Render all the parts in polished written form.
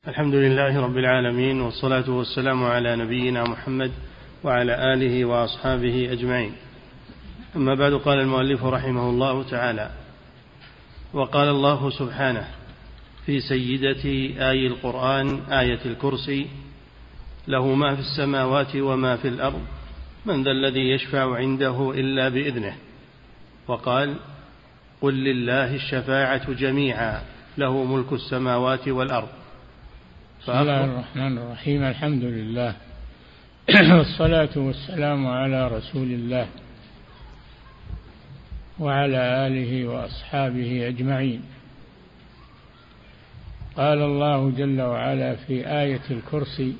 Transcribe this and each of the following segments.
الحمد لله رب العالمين، والصلاة والسلام على نبينا محمد وعلى آله وأصحابه أجمعين. أما بعد، قال المؤلف رحمه الله تعالى: وقال الله سبحانه في سيدة آي القرآن آية الكرسي: له ما في السماوات وما في الأرض، من ذا الذي يشفع عنده إلا بإذنه. وقال: قل لله الشفاعة جميعا له ملك السماوات والأرض. بسم الله الرحمن الرحيم. الحمد لله والصلاة والسلام على رسول الله وعلى آله وأصحابه أجمعين. قال الله جل وعلا في آية الكرسي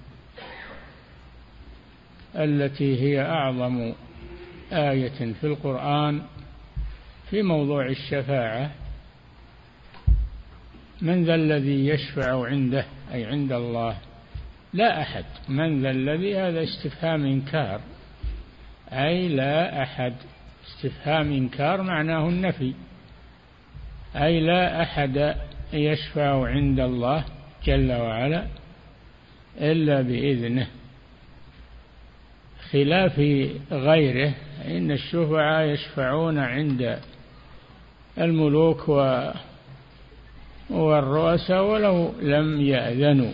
التي هي أعظم آية في القرآن في موضوع الشفاعة: من ذا الذي يشفع عنده، أي عند الله، لا أحد. من ذا الذي، هذا استفهام إنكار، أي لا أحد. استفهام إنكار معناه النفي، أي لا أحد يشفع عند الله جل وعلا إلا بإذنه، خلاف غيره. إن الشفعاء يشفعون عند الملوك والرؤساء ولو لم يأذنوا،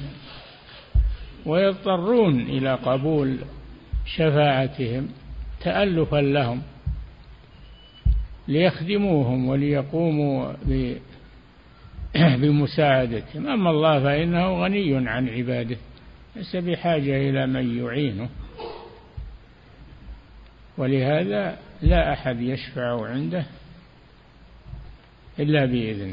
ويضطرون إلى قبول شفاعتهم تألفا لهم ليخدموهم وليقوموا بمساعدتهم. أما الله فإنه غني عن عباده، ليس بحاجة إلى من يعينه، ولهذا لا أحد يشفع عنده إلا بإذنه.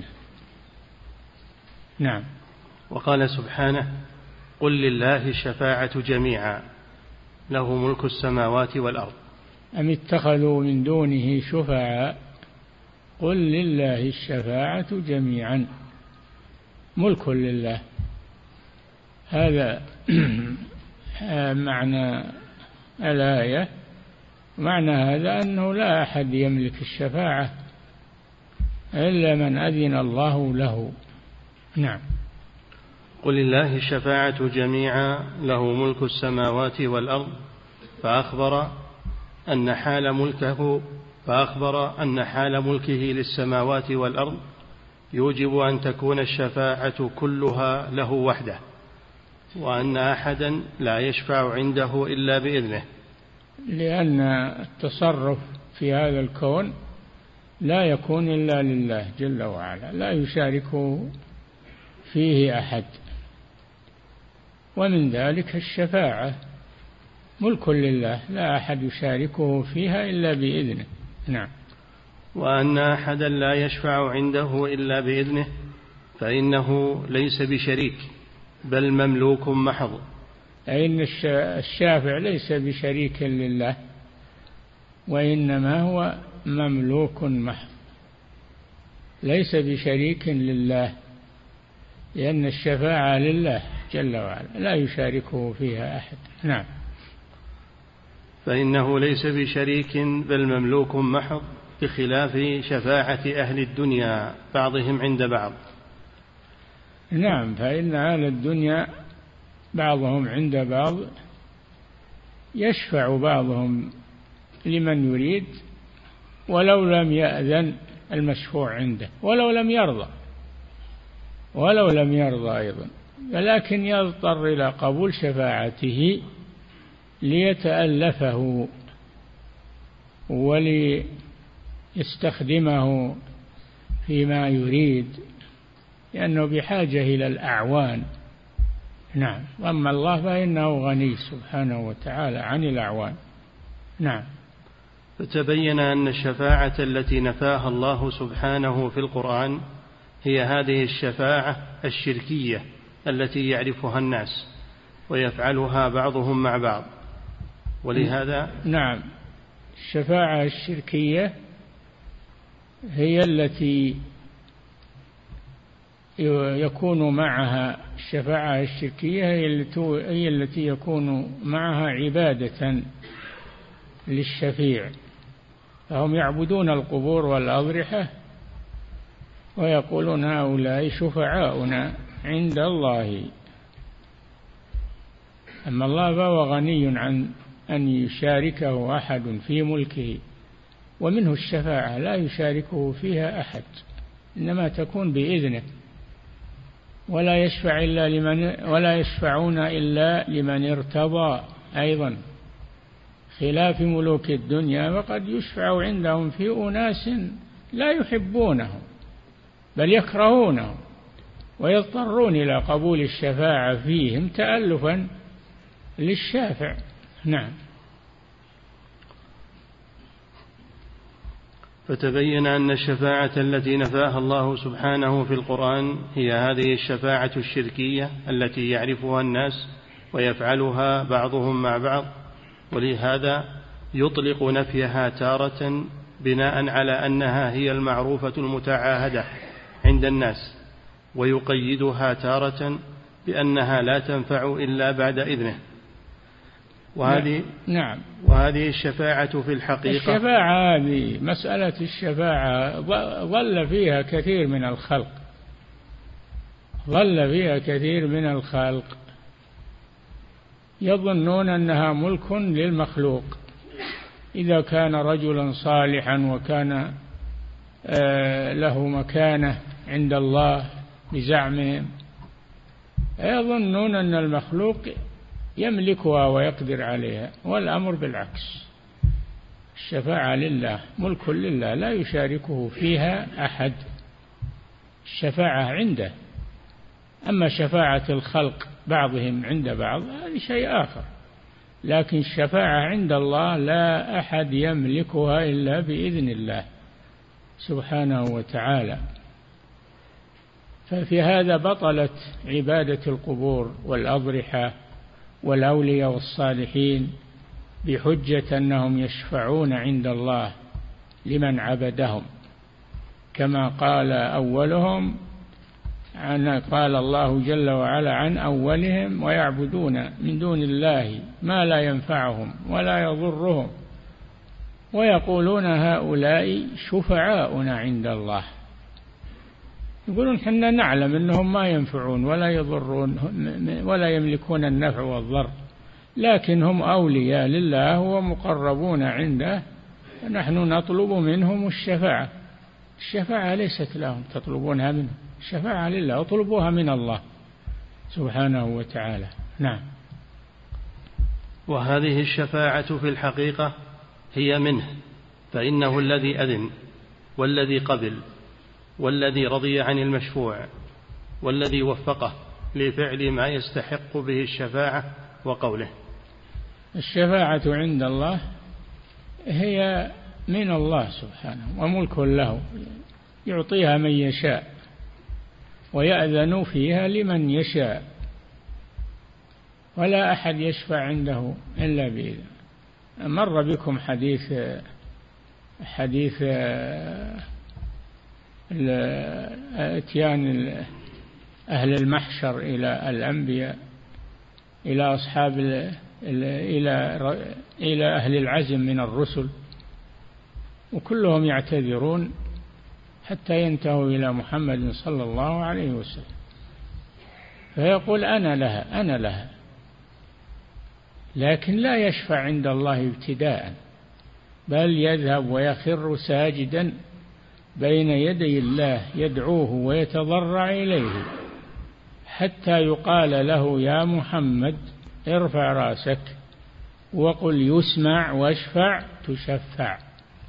نعم. وقال سبحانه: قل لله الشفاعة جميعا له ملك السماوات والأرض. أم اتخذوا من دونه شفعاء قل لله الشفاعة جميعا، ملك لله. هذا معنى الآية. معنى هذا أنه لا أحد يملك الشفاعة إلا من أذن الله له. نعم. قل لله الشفاعة جميعا له ملك السماوات والأرض، فأخبر أن حال ملكه للسماوات والأرض يوجب أن تكون الشفاعة كلها له وحده، وأن أحدا لا يشفع عنده إلا بإذنه، لأن التصرف في هذا الكون لا يكون إلا لله جل وعلا، لا يشاركه فيه أحد. ومن ذلك الشفاعة ملك لله، لا أحد يشاركه فيها إلا بإذنه. نعم. وأن أحدا لا يشفع عنده إلا بإذنه، فإنه ليس بشريك بل مملوك محض. أي أن الشافع ليس بشريك لله، وإنما هو مملوك محض، ليس بشريك لله، لأن الشفاعة لله جل وعلا لا يشاركه فيها أحد. نعم. فإنه ليس بشريك بل مملوك محض، بخلاف شفاعة أهل الدنيا بعضهم عند بعض. نعم. فإن أهل الدنيا بعضهم عند بعض، يشفع بعضهم لمن يريد ولو لم يأذن المشفوع عنده، ولو لم يرضى أيضا، ولكن يضطر إلى قبول شفاعته ليتألفه وليستخدمه فيما يريد، لأنه بحاجة إلى الأعوان. نعم. أما الله فإنه غني سبحانه وتعالى عن الأعوان. نعم. فتبين أن الشفاعة التي نفاها الله سبحانه في القرآن هي هذه الشفاعة الشركية التي يعرفها الناس ويفعلها بعضهم مع بعض. ولهذا نعم، الشفاعة الشركية هي التي يكون معها الشفاعة الشركية هي التي يكون معها عبادة للشفيع، فهم يعبدون القبور والأضرحة ويقولون هؤلاء شفعاؤنا عند الله. أما الله فهو غني عن أن يشاركه أحد في ملكه، ومنه الشفاعة لا يشاركه فيها أحد، إنما تكون بإذنه، ولا يشفعون إلا لمن ارتضى. أيضا خلاف ملوك الدنيا، وقد يشفع عندهم في أناس لا يحبونهم بل يكرهونهم، ويضطرون إلى قبول الشفاعة فيهم تألفا للشافع. نعم. فتبين أن الشفاعة التي نفاها الله سبحانه في القرآن هي هذه الشفاعة الشركية التي يعرفها الناس ويفعلها بعضهم مع بعض، ولهذا يطلق نفيها تارة بناء على أنها هي المعروفة المتعاهدة عند الناس، ويقيدها تارة بأنها لا تنفع إلا بعد إذنه. وهذه الشفاعة في الحقيقة، الشفاعة هذه مسألة الشفاعة ضل فيها كثير من الخلق يظنون أنها ملك للمخلوق. إذا كان رجلا صالحا وكان له مكانة عند الله بزعمهم، يظنون أن المخلوق يملكها ويقدر عليها، والأمر بالعكس. الشفاعة لله، ملك لله، لا يشاركه فيها أحد. الشفاعة عنده. أما شفاعة الخلق بعضهم عند بعض هذا شيء آخر، لكن الشفاعة عند الله لا أحد يملكها إلا بإذن الله سبحانه وتعالى. ففي هذا بطلت عبادة القبور والأضرحة والأولياء والصالحين بحجة أنهم يشفعون عند الله لمن عبدهم، كما قال أولهم قال الله جل وعلا عن أولهم: ويعبدون من دون الله ما لا ينفعهم ولا يضرهم ويقولون هؤلاء شفعاؤنا عند الله. يقولون حنا نعلم أنهم ما ينفعون ولا يضرون ولا يملكون النفع والضر، لكن هم أولياء لله ومقربون عنده، ونحن نطلب منهم الشفاعة. الشفاعة ليست لهم تطلبونها منهم، الشفاعة لله، اطلبوها من الله سبحانه وتعالى. نعم. وهذه الشفاعة في الحقيقة هي منه، فإنه الذي أذن والذي قبل والذي رضي عن المشفوع والذي وفقه لفعل ما يستحق به الشفاعة وقوله. الشفاعة عند الله هي من الله سبحانه وملك له، يعطيها من يشاء ويأذن فيها لمن يشاء، ولا أحد يشفع عنده إلا بإذنه. مر بكم حديث اتيان أهل المحشر إلى الأنبياء، إلى أصحاب إلى أهل العزم من الرسل، وكلهم يعتذرون حتى ينتهوا إلى محمد صلى الله عليه وسلم، فيقول أنا لها، لكن لا يشفع عند الله ابتداء، بل يذهب ويخر ساجدا بين يدي الله يدعوه ويتضرع إليه حتى يقال له: يا محمد ارفع راسك وقل يسمع واشفع تشفع.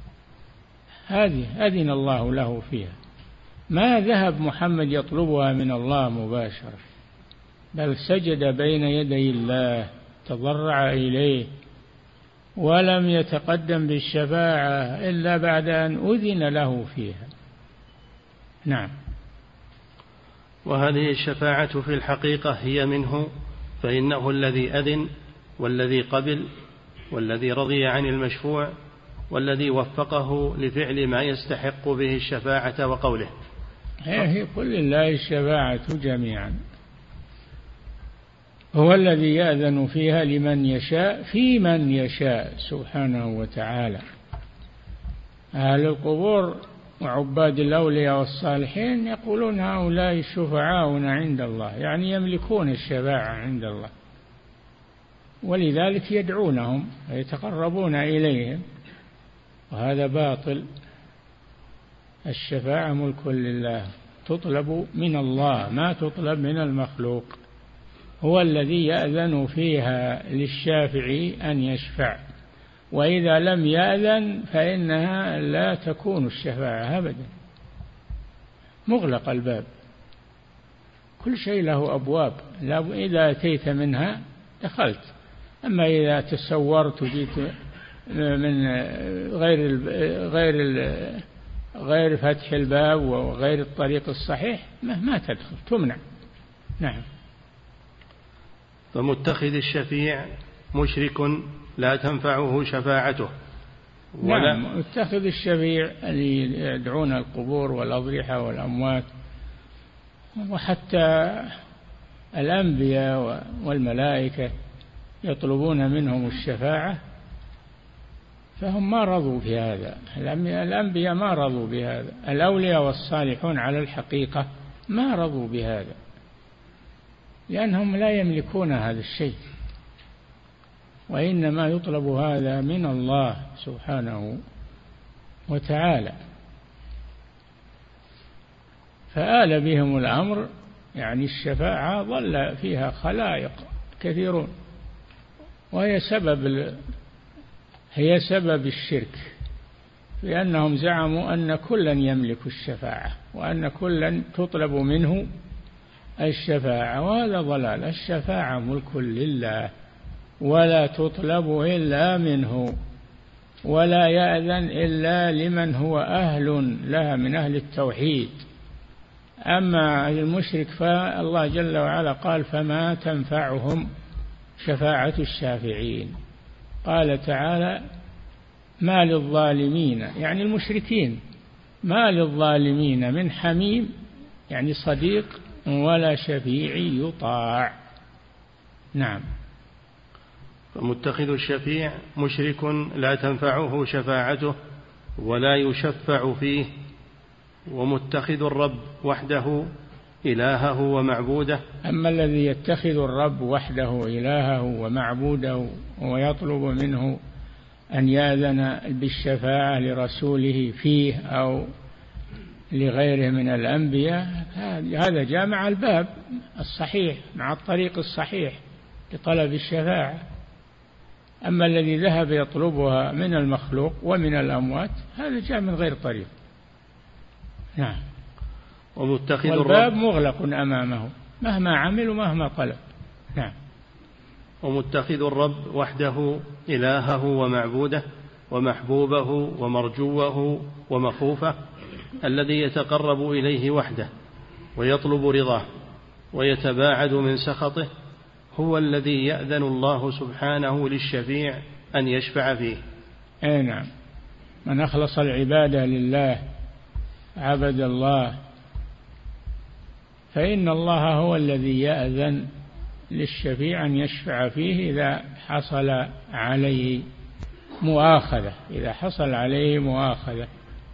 هذه أذن الله له فيها، ما ذهب محمد يطلبها من الله مباشرة، بل سجد بين يدي الله تضرع إليه، ولم يتقدم بالشفاعة إلا بعد أن أذن له فيها. نعم. وهذه الشفاعة في الحقيقة هي منه، فإنه الذي أذن والذي قبل والذي رضي عن المشفوع والذي وفقه لفعل ما يستحق به الشفاعة وقوله. هي قل لله الشفاعة جميعا، هو الذي يأذن فيها لمن يشاء في من يشاء سبحانه وتعالى. أهل القبور وعباد الأولياء والصالحين يقولون هؤلاء شفعاؤنا عند الله، يعني يملكون الشفاعة عند الله، ولذلك يدعونهم ويتقربون إليهم، وهذا باطل. الشفاعة ملك لله، تطلب من الله ما تطلب من المخلوق، هو الذي يأذن فيها للشافع أن يشفع، وإذا لم يأذن فإنها لا تكون الشفاعة أبدا، مغلق الباب. كل شيء له أبواب، إذا أتيت منها دخلت، أما إذا تسورت وجيت من غير فتح الباب وغير الطريق الصحيح ما تدخل، تمنع. نعم. فمتخذ الشفيع مشرك لا تنفعه شفاعته. نعم، متخذ الشفيع اللي يدعون القبور والأضرحة والأموات، وحتى الأنبياء والملائكة يطلبون منهم الشفاعة، فهم ما رضوا بهذا. الأنبياء ما رضوا بهذا، الأولياء والصالحون على الحقيقة ما رضوا بهذا، لأنهم لا يملكون هذا الشيء، وإنما يطلب هذا من الله سبحانه وتعالى. فآل بهم الأمر، يعني الشفاعة ضل فيها خلائق كثيرون، وهي سبب الشرك، لأنهم زعموا أن كلا يملك الشفاعة، وأن كلا تطلب منه الشفاعة، وهذا ضلال. الشفاعة ملك لله، ولا تطلب إلا منه، ولا يأذن إلا لمن هو أهل لها من أهل التوحيد. أما المشرك فالله جل وعلا قال فما تنفعهم شفاعة الشافعين. قال تعالى ما للظالمين، يعني المشركين، ما للظالمين من حميم، يعني صديق، ولا شفيع يطاع. نعم. فمتخذ الشفيع مشرك لا تنفعه شفاعته ولا يشفع فيه. ومتخذ الرب وحده إلهه ومعبوده. أما الذي يتخذ الرب وحده إلهه ومعبوده ويطلب منه أن يأذن بالشفاعة لرسوله فيه أو لغيره من الأنبياء، هذا جامع الباب الصحيح مع الطريق الصحيح لطلب الشفاعة. أما الذي ذهب يطلبها من المخلوق ومن الأموات هذا جاء من غير طريق. نعم. والباب مغلق أمامه مهما عمل ومهما طلب. نعم. ومتخذ الرب وحده إلهه ومعبوده ومحبوبه ومرجوه ومخوفه، الذي يتقرب إليه وحده ويطلب رضاه ويتباعد من سخطه، هو الذي يأذن الله سبحانه للشفيع أن يشفع فيه. أي نعم، من أخلص العبادة لله عبد الله، فإن الله هو الذي يأذن للشفيع أن يشفع فيه إذا حصل عليه مؤاخذة، إذا حصل عليه مؤاخذة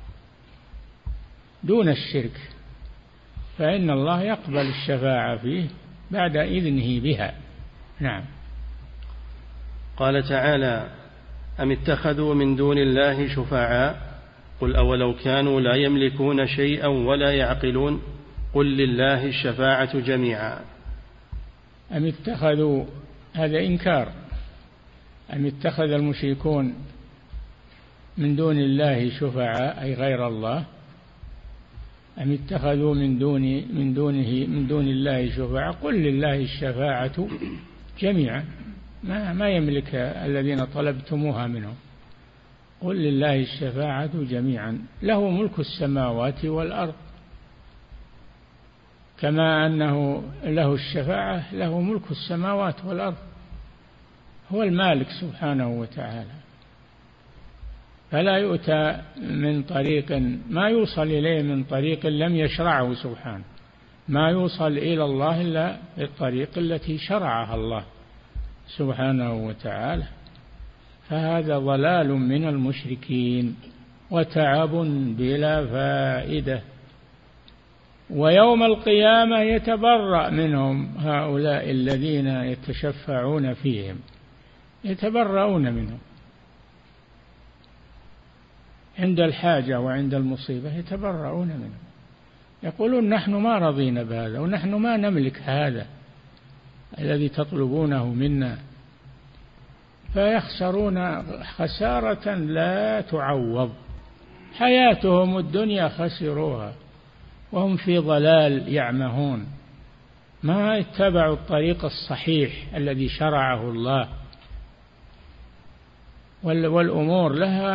دون الشرك، فإن الله يقبل الشفاعة فيه بعد إذنه بها. نعم. قال تعالى أم اتخذوا من دون الله شفعاء قل أولو كانوا لا يملكون شيئا ولا يعقلون قل لله الشفاعة جميعا. أم اتخذوا، هذا إنكار. أم اتخذ المشركون من دون الله شفعاء أي غير الله، أم اتخذوا من دون الله شفعاء قل لله الشفاعة جميعا، ما يملك الذين طلبتموها منهم، قل لله الشفاعة جميعا له ملك السماوات والأرض، كما أنه له الشفاعة له ملك السماوات والأرض، هو المالك سبحانه وتعالى، فلا يؤتى من طريق ما يوصل إليه من طريق لم يشرعه سبحانه، ما يوصل إلى الله إلا بالطريق التي شرعها الله سبحانه وتعالى، فهذا ضلال من المشركين وتعب بلا فائدة. ويوم القيامة يتبرأ منهم هؤلاء الذين يتشفعون فيهم، يتبرؤون منهم عند الحاجة وعند المصيبة، يتبرؤون منهم، يقولون نحن ما رضينا بهذا، ونحن ما نملك هذا الذي تطلبونه منا، فيخسرون خسارة لا تعوض. حياتهم الدنيا خسروها وهم في ضلال يعمهون، ما اتبعوا الطريق الصحيح الذي شرعه الله. والأمور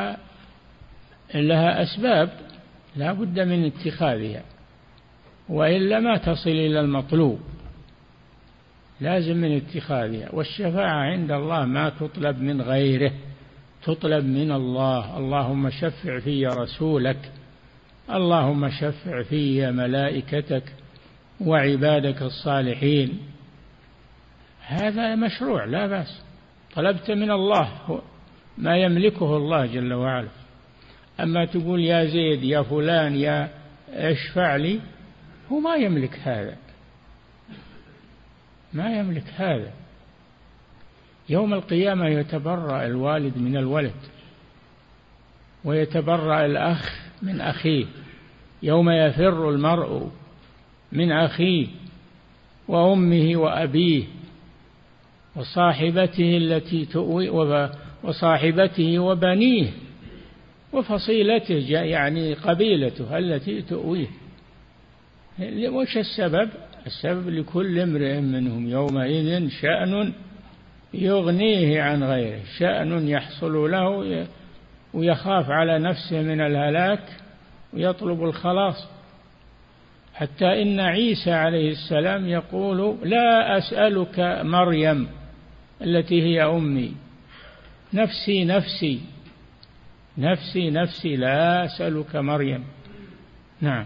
لها أسباب لا بد من اتخاذها، وإلا ما تصل إلى المطلوب، لازم من اتخاذها. والشفاعة عند الله ما تطلب من غيره، تطلب من الله. اللهم شفع في رسولك، اللهم شفع في ملائكتك وعبادك الصالحين، هذا مشروع لا بأس. طلبت من الله ما يملكه الله جل وعلا. أما تقول يا زيد يا فلان يا اشفع لي، هو ما يملك هذا، ما يملك هذا. يوم القيامة يتبرأ الوالد من الولد، ويتبرأ الأخ من أخيه، يوم يفر المرء من أخيه وأمه وأبيه وصاحبته التي تؤوي وصاحبته وبنيه وفصيلته، يعني قبيلته التي تؤويه. وش السبب؟ السبب لكل امرئ منهم يومئذ شأن يغنيه عن غيره، شأن يحصل له ويخاف على نفسه من الهلاك ويطلب الخلاص. حتى إن عيسى عليه السلام يقول لا أسألك مريم التي هي أمي، نفسي نفسي نفسي نفسي، لا أسألك مريم. نعم.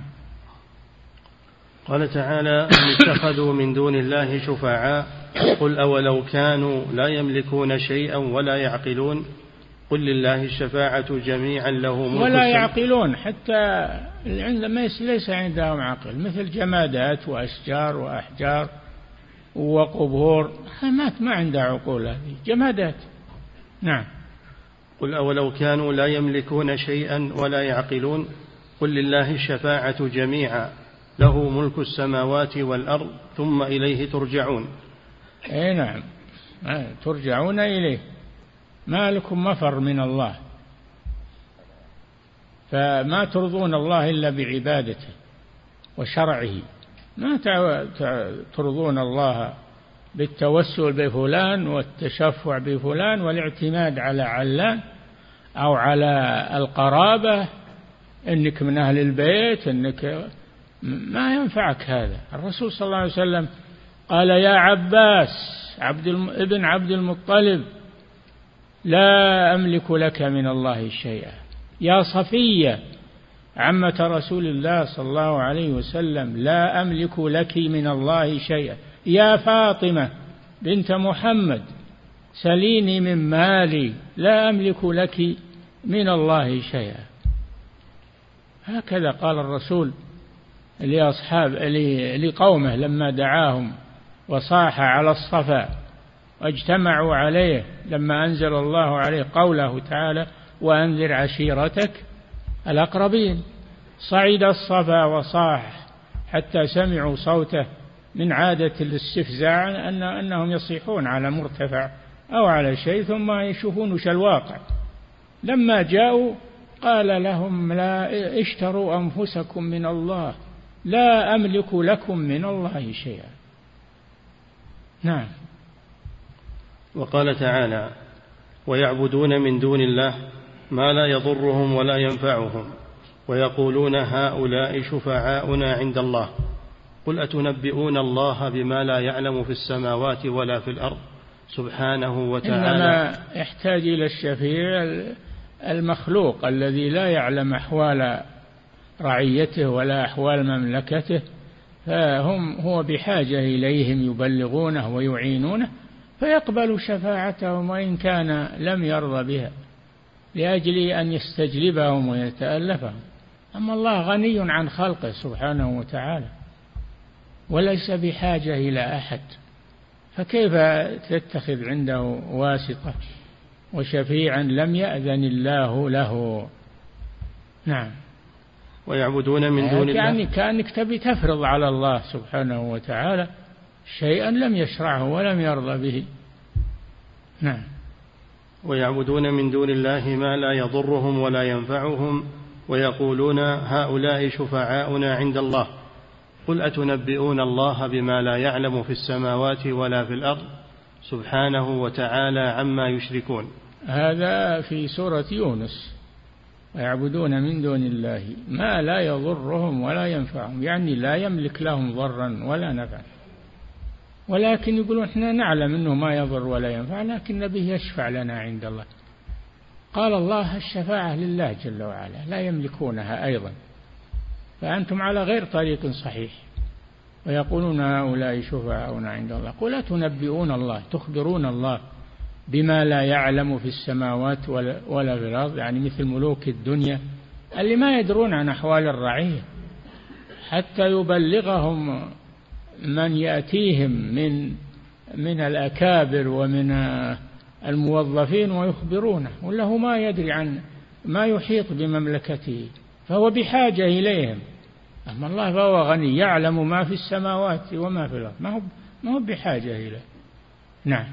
قال تعالى أم اتخذوا من دون الله شفعاء قل أولو كانوا لا يملكون شيئا ولا يعقلون قل لله الشفاعة جميعا له ملك ولا يعقلون، حتى ليس عندهم عقل، مثل جمادات وأشجار وأحجار وقبور، ما عندها عقول، هذه جمادات. نعم. قل أولو كانوا لا يملكون شيئا ولا يعقلون قل لله الشفاعة جميعا له ملك السماوات والأرض ثم إليه ترجعون. أي نعم، ترجعون إليه، ما لكم مفر من الله، فما ترضون الله إلا بعبادته وشرعه، ما ترضون الله بالتوسل بفلان والتشفع بفلان والاعتماد على علان أو على القرابة، إنك من أهل البيت، إنك ما ينفعك هذا. الرسول صلى الله عليه وسلم قال يا عباس ابن عبد المطلب لا أملك لك من الله شيئا، يا صفية عمة رسول الله صلى الله عليه وسلم لا أملك لك من الله شيئا، يا فاطمة بنت محمد سليني من مالي لا أملك لك من الله شيئا. هكذا قال الرسول لقومه لما دعاهم وصاح على الصفا واجتمعوا عليه، لما أنزل الله عليه قوله تعالى وأنذر عشيرتك الأقربين، صعد الصفا وصاح حتى سمعوا صوته، من عادة الاستفزاع أنهم يصيحون على مرتفع أو على شيء ثم يشوفون وش الواقع. لما جاءوا قال لهم لا اشتروا أنفسكم من الله لا أملك لكم من الله شيئا. نعم. وقال تعالى ويعبدون من دون الله ما لا يضرهم ولا ينفعهم ويقولون هؤلاء شفعاؤنا عند الله قل أتنبئون الله بما لا يعلم في السماوات ولا في الأرض سبحانه وتعالى. إنما يحتاج إلى الشفيع المخلوق الذي لا يعلم أحوال رعيته ولا أحوال مملكته، هو بحاجة إليهم يبلغونه ويعينونه، فيقبل شفاعتهم وإن كان لم يرضى بها. لأجل أن يستجلبهم ويتألفهم. أما الله غني عن خلقه سبحانه وتعالى وليس بحاجة إلى أحد، فكيف تتخذ عنده واسطة وشفيعا لم يأذن الله له؟ نعم. ويعبدون من دون الله، كأنك تبي تفرض على الله سبحانه وتعالى شيئا لم يشرعه ولم يرضى به. نعم. ويعبدون من دون الله ما لا يضرهم ولا ينفعهم ويقولون هؤلاء شفعاؤنا عند الله قل أتنبئون الله بما لا يعلم في السماوات ولا في الأرض سبحانه وتعالى عما يشركون. هذا في سورة يونس. ويعبدون من دون الله ما لا يضرهم ولا ينفعهم، يعني لا يملك لهم ضرا ولا نفعا، ولكن يقولون احنا نعلم انه ما يضر ولا ينفع لكن نبيه يشفع لنا عند الله. قال الله الشفاعة لله جل وعلا لا يملكونها أيضا، فأنتم على غير طريق صحيح. ويقولون هؤلاء شفعاؤنا عند الله قل أتنبئون الله، تخبرون الله بما لا يعلم في السماوات ولا في الأرض، يعني مثل ملوك الدنيا اللي ما يدرون عن أحوال الرعية حتى يبلغهم من يأتيهم من الأكابر ومن الموظفين ويخبرونه، ولا هو ما يدري عن ما يحيط بمملكته فهو بحاجة إليهم. أما الله فهو غني يعلم ما في السماوات وما في الأرض، ما هو بحاجة إليه. نعم.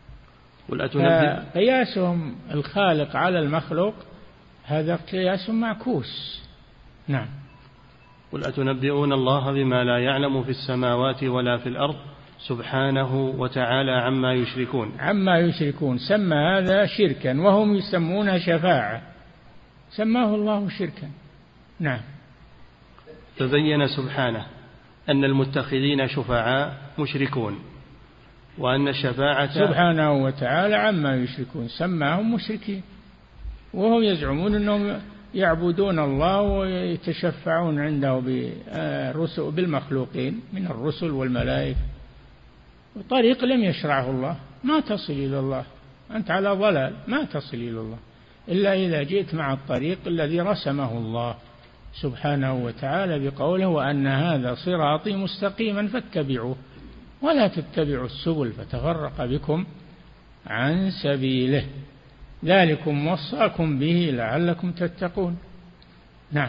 قياسهم الخالق على المخلوق هذا قياس معكوس. نعم. قل أتنبئون الله بما لا يعلم في السماوات ولا في الأرض سبحانه وتعالى عما يشركون. عما يشركون سمى هذا شركا وهم يسمون شفاعة، سماه الله شركا. نعم. فبين سبحانه أن المتخذين شفعاء مشركون، وأن الشفاعة سبحانه وتعالى عما يشركون سماهم مشركين، وهم يزعمون أنهم يعبدون الله ويتشفعون عنده بالمخلوقين من الرسل والملائكة، طريق لم يشرعه الله، ما تصل إلى الله، أنت على ضلال ما تصل إلى الله إلا إذا جئت مع الطريق الذي رسمه الله سبحانه وتعالى بقوله وأن هذا صراطي مستقيما فاتبعوه ولا تتبعوا السبل فتفرق بكم عن سبيله ذلكم وصاكم به لعلكم تتقون. نعم.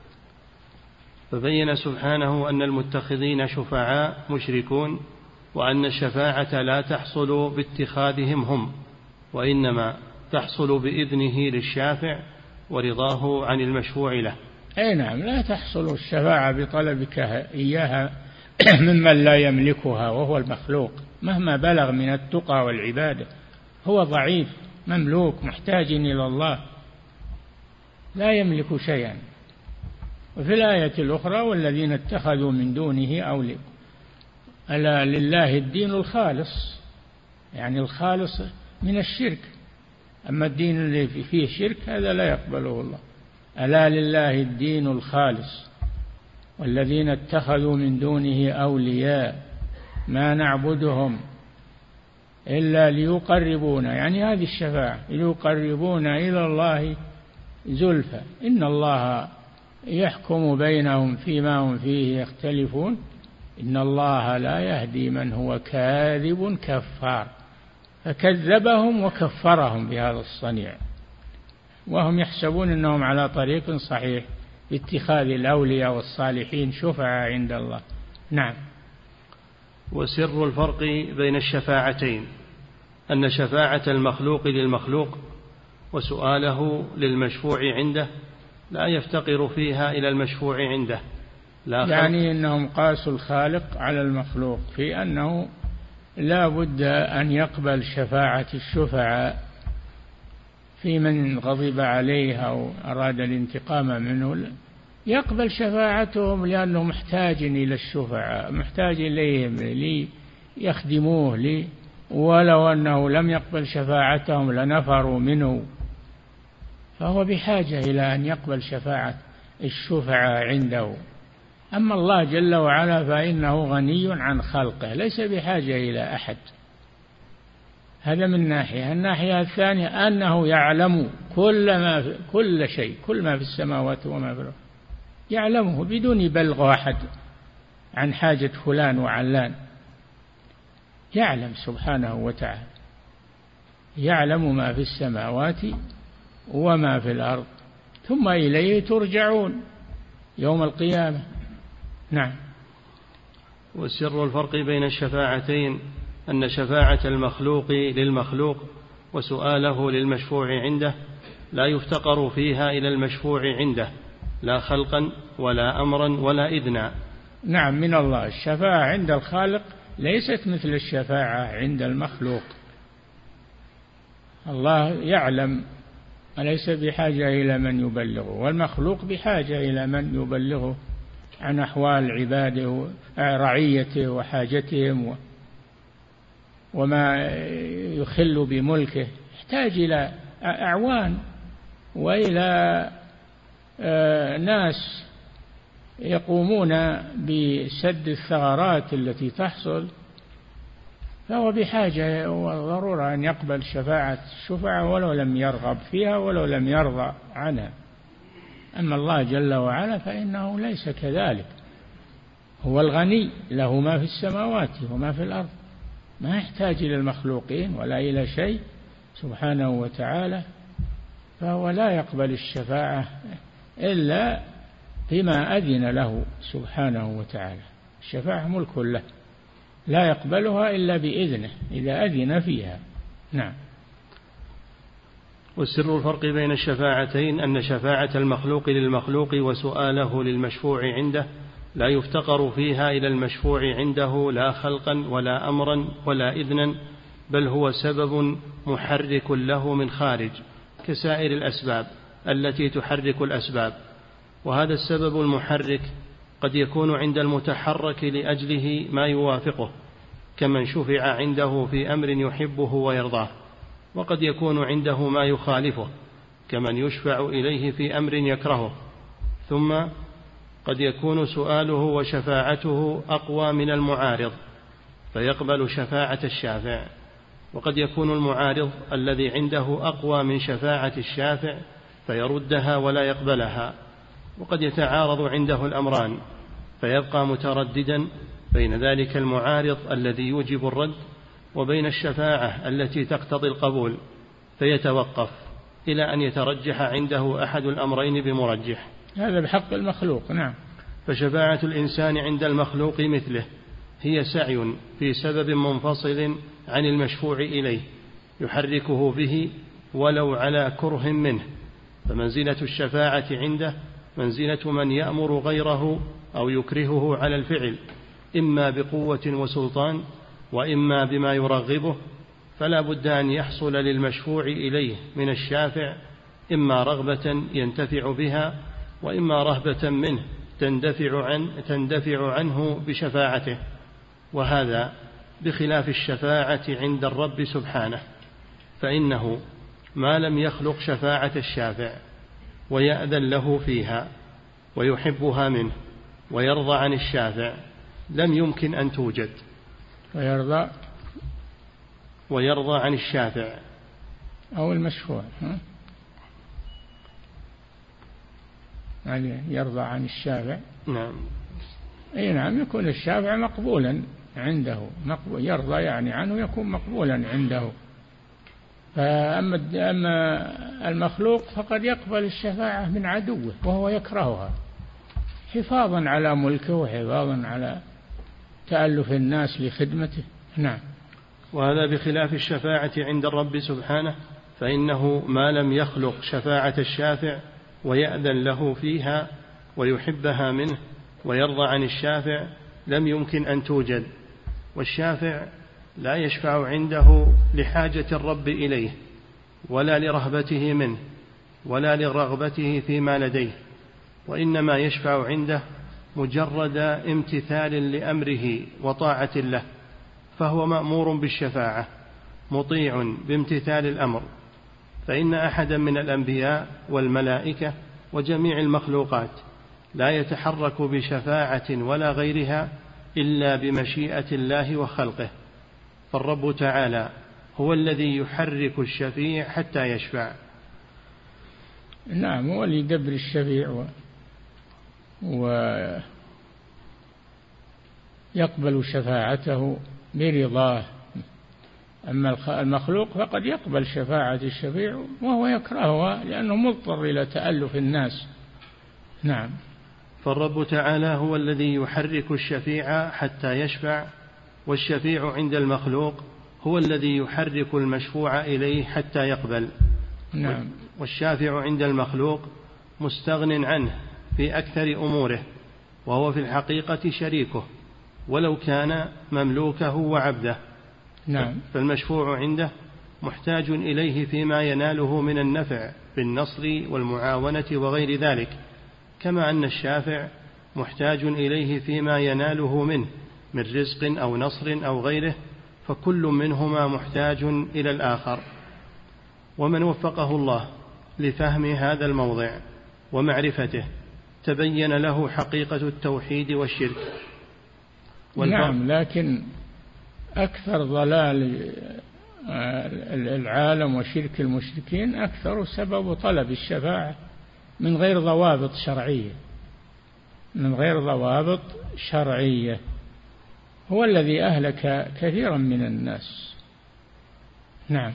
فبين سبحانه أن المتخذين شفعاء مشركون، وأن الشفاعة لا تحصل باتخاذهم هم، وإنما تحصل بإذنه للشافع ورضاه عن المشفوع له. أي نعم، لا تحصل الشفاعة بطلبك إياها ممن لا يملكها وهو المخلوق مهما بلغ من التقى والعبادة، هو ضعيف مملوك محتاج إلى الله لا يملك شيئا. وفي الآية الأخرى والذين اتخذوا من دونه أولياء ألا لله الدين الخالص، يعني الخالص من الشرك، أما الدين الذي فيه شرك هذا لا يقبله الله. ألا لله الدين الخالص والذين اتخذوا من دونه أولياء ما نعبدهم إلا ليقربونا، يعني هذه الشفاعة ليقربونا إلى الله زلفى إن الله يحكم بينهم فيما هم فيه يختلفون إن الله لا يهدي من هو كاذب كفار، فكذبهم وكفرهم بهذا الصنيع وهم يحسبون أنهم على طريق صحيح باتخاذ الأولياء والصالحين شفعاء عند الله. نعم. وسر الفرق بين الشفاعتين أن شفاعة المخلوق للمخلوق وسؤاله للمشفوع عنده لا يفتقر فيها إلى المشفوع عنده، يعني أنهم قاسوا الخالق على المخلوق في أنه لا بد أن يقبل شفاعة الشفعاء في من غضب عليه أو أراد الانتقام منه، يقبل شفاعتهم لأنه محتاج إلى الشفعاء، محتاج إليهم ليخدموه ولو أنه لم يقبل شفاعتهم لنفروا منه، فهو بحاجة إلى أن يقبل شفاعة الشفعاء عنده. أما الله جل وعلا فإنه غني عن خلقه ليس بحاجة إلى أحد. هذا من ناحية. الناحية الثانية أنه يعلم كل شيء، كل ما في السماوات وما في الأرض يعلمه بدون بلغ أحد عن حاجة فلان وعلان. يعلم سبحانه وتعالى، يعلم ما في السماوات وما في الأرض، ثم إليه ترجعون يوم القيامة. نعم. والسر الفرق بين الشفاعتين أن شفاعة المخلوق للمخلوق وسؤاله للمشفوع عنده لا يفتقر فيها إلى المشفوع عنده، لا خلقا ولا أمرا ولا إذنا. نعم، من الله. الشفاعة عند الخالق ليست مثل الشفاعة عند المخلوق. الله يعلم، أليس بحاجة إلى من يبلغه، والمخلوق بحاجة إلى من يبلغه عن أحوال عباده رعيته وحاجتهم وما يخل بملكه. يحتاج إلى أعوان وإلى ناس يقومون بسد الثغرات التي تحصل، فهو بحاجة وضرورة أن يقبل شفاعة الشفعاء ولو لم يرغب فيها ولو لم يرضى عنها. أما الله جل وعلا فإنه ليس كذلك، هو الغني، له ما في السماوات وما في الأرض، ما يحتاج إلى المخلوقين ولا إلى شيء سبحانه وتعالى، فهو لا يقبل الشفاعة إلا بما أذن له سبحانه وتعالى. الشفاعة ملك له، لا يقبلها إلا بإذنه إذا أذن فيها. نعم. والسر الفرق بين الشفاعتين أن شفاعة المخلوق للمخلوق وسؤاله للمشفوع عنده لا يفتقر فيها إلى المشفوع عنده، لا خلقا ولا أمرا ولا إذنا، بل هو سبب محرك له من خارج كسائر الأسباب التي تحرك الأسباب. وهذا السبب المحرك قد يكون عند المتحرك لأجله ما يوافقه، كمن شفع عنده في أمر يحبه ويرضاه، وقد يكون عنده ما يخالفه، كمن يشفع إليه في أمر يكرهه. ثم قد يكون سؤاله وشفاعته أقوى من المعارض فيقبل شفاعة الشافع، وقد يكون المعارض الذي عنده أقوى من شفاعة الشافع فيردها ولا يقبلها، وقد يتعارض عنده الأمران فيبقى مترددا بين ذلك المعارض الذي يوجب الرد وبين الشفاعة التي تقتضي القبول، فيتوقف إلى أن يترجح عنده أحد الأمرين بمرجح. هذا بحق المخلوق. نعم. فشفاعة الإنسان عند المخلوق مثله هي سعي في سبب منفصل عن المشفوع إليه يحركه به ولو على كره منه، فمنزلة الشفاعة عنده منزلة من يأمر غيره أو يكرهه على الفعل، إما بقوة وسلطان وإما بما يرغبه، فلا بد أن يحصل للمشفوع إليه من الشافع إما رغبة ينتفع بها وإما رهبة منه تندفع عنه بشفاعته. وهذا بخلاف الشفاعة عند الرب سبحانه، فإنه ما لم يخلق شفاعة الشافع ويأذن له فيها ويحبها منه ويرضى عن الشافع لم يمكن أن توجد. ويرضى عن الشافع أو المشفوع، يعني يرضى عن الشافع. نعم. أي نعم، يكون الشافع مقبولا عنده، يرضى يعني عنه يكون مقبولا عنده. فأما المخلوق فقد يقبل الشفاعة من عدوه وهو يكرهها حفاظا على ملكه وحفاظا على تألف الناس لخدمته. نعم. وهذا بخلاف الشفاعة عند الرب سبحانه، فإنه ما لم يخلق شفاعة الشافع ويأذن له فيها ويحبها منه ويرضى عن الشافع لم يمكن أن توجد. والشافع لا يشفع عنده لحاجة الرب إليه ولا لرهبته منه ولا لرغبته فيما لديه، وإنما يشفع عنده مجرد امتثال لأمره وطاعة له، فهو مأمور بالشفاعة مطيع بامتثال الأمر. فإن أحدا من الأنبياء والملائكة وجميع المخلوقات لا يتحرك بشفاعة ولا غيرها إلا بمشيئة الله وخلقه، فالرب تعالى هو الذي يحرك الشفيع حتى يشفع. نعم، هو اللي يدبر الشفيع ويقبل شفاعته برضاه. أما المخلوق فقد يقبل شفاعة الشفيع وهو يكرهها لأنه مضطر إلى تألف الناس. نعم. فالرب تعالى هو الذي يحرك الشفيع حتى يشفع، والشفيع عند المخلوق هو الذي يحرك المشفوع إليه حتى يقبل. نعم. والشافع عند المخلوق مستغن عنه في أكثر أموره، وهو في الحقيقة شريكه ولو كان مملوكه وعبده. نعم. فالمشفوع عنده محتاج إليه فيما يناله من النفع بالنصر والمعاونة وغير ذلك، كما أن الشافع محتاج إليه فيما يناله منه من رزق أو نصر أو غيره، فكل منهما محتاج إلى الآخر. ومن وفقه الله لفهم هذا الموضع ومعرفته تبين له حقيقة التوحيد والشرك. نعم، لكن أكثر ضلال العالم وشرك المشركين أكثر سبب طلب الشفاعة من غير ضوابط شرعية، من غير ضوابط شرعية، هو الذي أهلك كثيرا من الناس. نعم.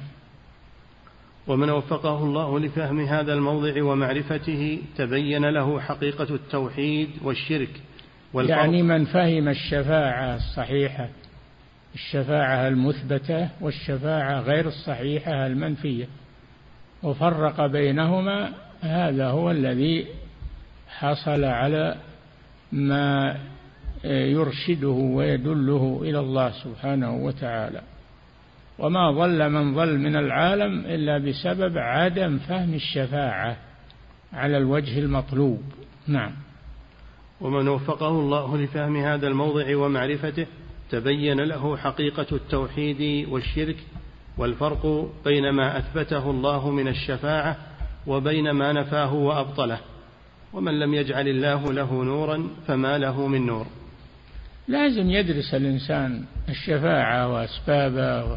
ومن وفقه الله لفهم هذا الموضع ومعرفته تبين له حقيقة التوحيد والشرك يعني من فهم الشفاعة الصحيحة، الشفاعة المثبتة والشفاعة غير الصحيحة المنفية، وفرق بينهما، هذا هو الذي حصل على ما يرشده ويدله إلى الله سبحانه وتعالى. وما ضل من ضل من العالم إلا بسبب عدم فهم الشفاعة على الوجه المطلوب. نعم. ومن وفقه الله لفهم هذا الموضع ومعرفته تبين له حقيقة التوحيد والشرك والفرق بين ما أثبته الله من الشفاعة وبين ما نفاه وأبطله. ومن لم يجعل الله له نورا فما له من نور. لازم يدرس الإنسان الشفاعة وأسبابها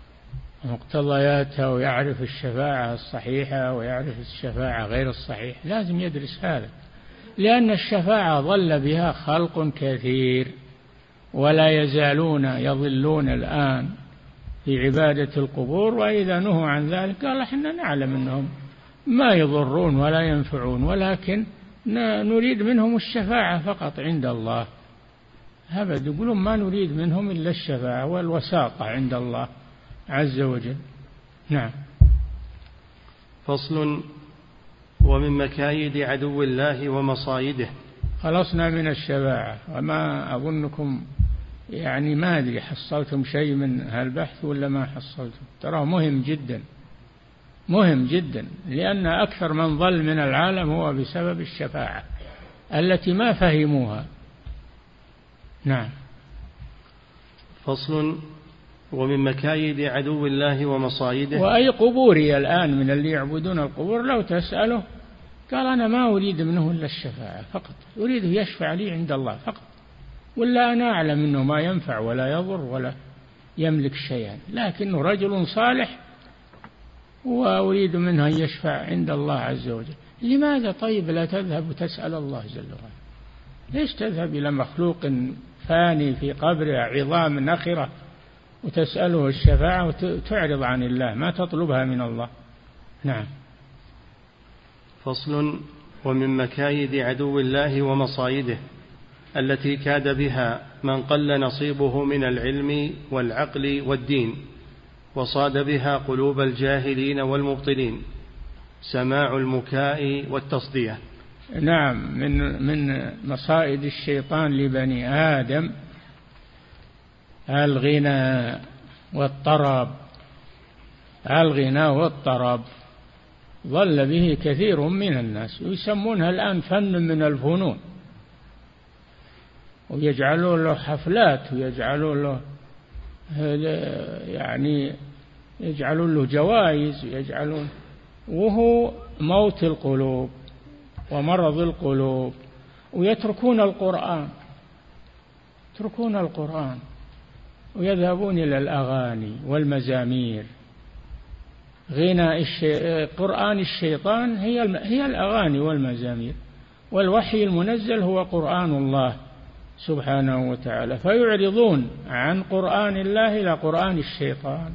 ومقتضياتها، ويعرف الشفاعة الصحيحة ويعرف الشفاعة غير الصحيحة، لازم يدرس هذا، لأن الشفاعة ضل بها خلق كثير ولا يزالون يضلون الآن في عبادة القبور، وإذا نهوا عن ذلك قال احنا نعلم أنهم ما يضرون ولا ينفعون، ولكن نريد منهم الشفاعة فقط عند الله. هذا يقولون ما نريد منهم إلا الشفاعة والوساطة عند الله عز وجل. نعم. فصل. ومن مكايد عدو الله ومصايده. خلصنا من الشفاعة، وما أظنكم يعني ما أدري حصلتم شيء من هالبحث ولا ما حصلتم. ترى مهم جدا، مهم جدا، لأن أكثر من ضل من العالم هو بسبب الشفاعة التي ما فهموها. نعم. فصل. ومن مكايد عدو الله ومصايده. وأي قبوري الآن من اللي يعبدون القبور لو تسأله قال أنا ما أريد منه إلا الشفاعة فقط، أريده يشفع لي عند الله فقط، ولا أنا أعلم أنه ما ينفع ولا يضر ولا يملك شيئا، لكنه رجل صالح وأريد منه أن يشفع عند الله عز وجل. لماذا طيب لا تذهب وتسأل الله جل وعلا؟ ليش تذهب إلى مخلوق فاني في قبره عظام نخرة وتسأله الشفاعة وتعرض عن الله، ما تطلبها من الله؟ نعم. فصل. ومن مكايد عدو الله ومصايده التي كاد بها من قل نصيبه من العلم والعقل والدين، وصاد بها قلوب الجاهلين والمبطلين، سماع المكاء والتصدية. نعم، من مصائد الشيطان لبني آدم الغنى والطرب. الغنى والطرب ظل به كثير من الناس، ويسمونها الآن فن من الفنون، ويجعلون له حفلات ويجعلون له يعني يجعلون له جوائز ويجعلون، وهو موت القلوب ومرض القلوب. ويتركون القرآن، يتركون القرآن ويذهبون إلى الأغاني والمزامير قرآن الشيطان هي الأغاني والمزامير، والوحي المنزل هو قرآن الله سبحانه وتعالى، فيعرضون عن قرآن الله إلى قرآن الشيطان.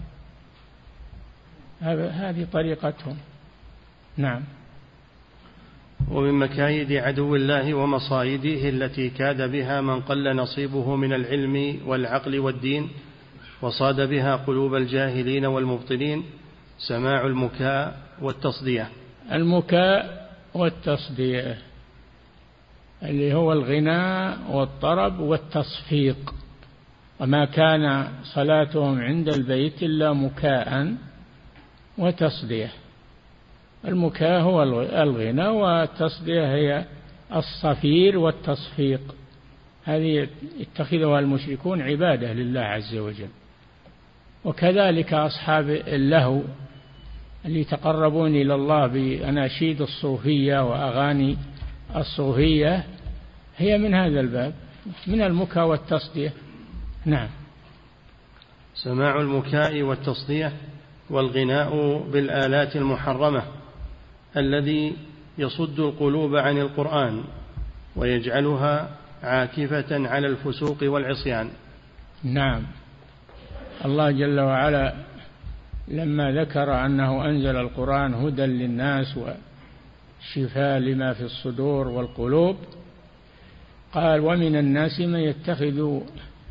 هذه طريقتهم. نعم. ومن مكايد عدو الله ومصائده التي كاد بها من قل نصيبه من العلم والعقل والدين وصاد بها قلوب الجاهلين والمبطلين سماع المكاء والتصدية. المكاء والتصدية اللي هو الغناء والطرب والتصفيق، وما كان صلاتهم عند البيت إلا مكاء وتصدية. المكاء هو الغناء، والتصدية هي الصفير والتصفيق. هذه اتخذها المشركون عبادة لله عز وجل. وكذلك أصحاب اللهو اللي يتقربون إلى الله بأناشيد الصوفية وأغاني الصوفية هي من هذا الباب، من المكاء والتصدية. نعم. سماع المكاء والتصدية والغناء بالآلات المحرمة الذي يصد القلوب عن القرآن ويجعلها عاكفة على الفسوق والعصيان. نعم. الله جل وعلا لما ذكر أنه أنزل القرآن هدى للناس وشفاء لما في الصدور والقلوب قال ومن الناس من يتخذ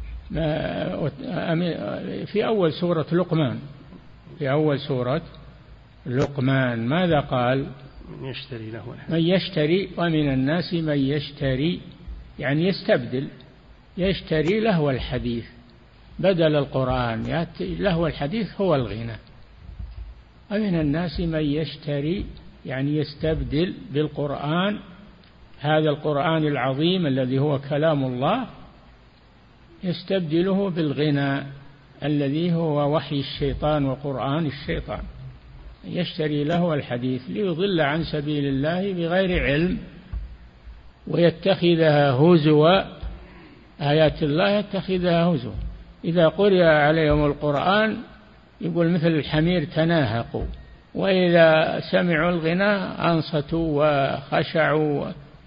في أول سورة لقمان، في أول سورة لقمان ماذا قال؟ من يشتري ومن الناس من يشتري، يعني يستبدل، يشتري لهو الحديث بدل القرآن. لهو الحديث هو الغنى. ومن الناس من يشتري يعني يستبدل بالقرآن، هذا القرآن العظيم الذي هو كلام الله، يستبدله بالغنى الذي هو وحي الشيطان وقرآن الشيطان. يشتري لهو الحديث ليضل عن سبيل الله بغير علم ويتخذها هزوا، آيات الله يتخذها هزوا. إذا قرئ عليهم القرآن يقول مثل الحمير تناهقوا، وإذا سمعوا الغناء أنصتوا وخشعوا.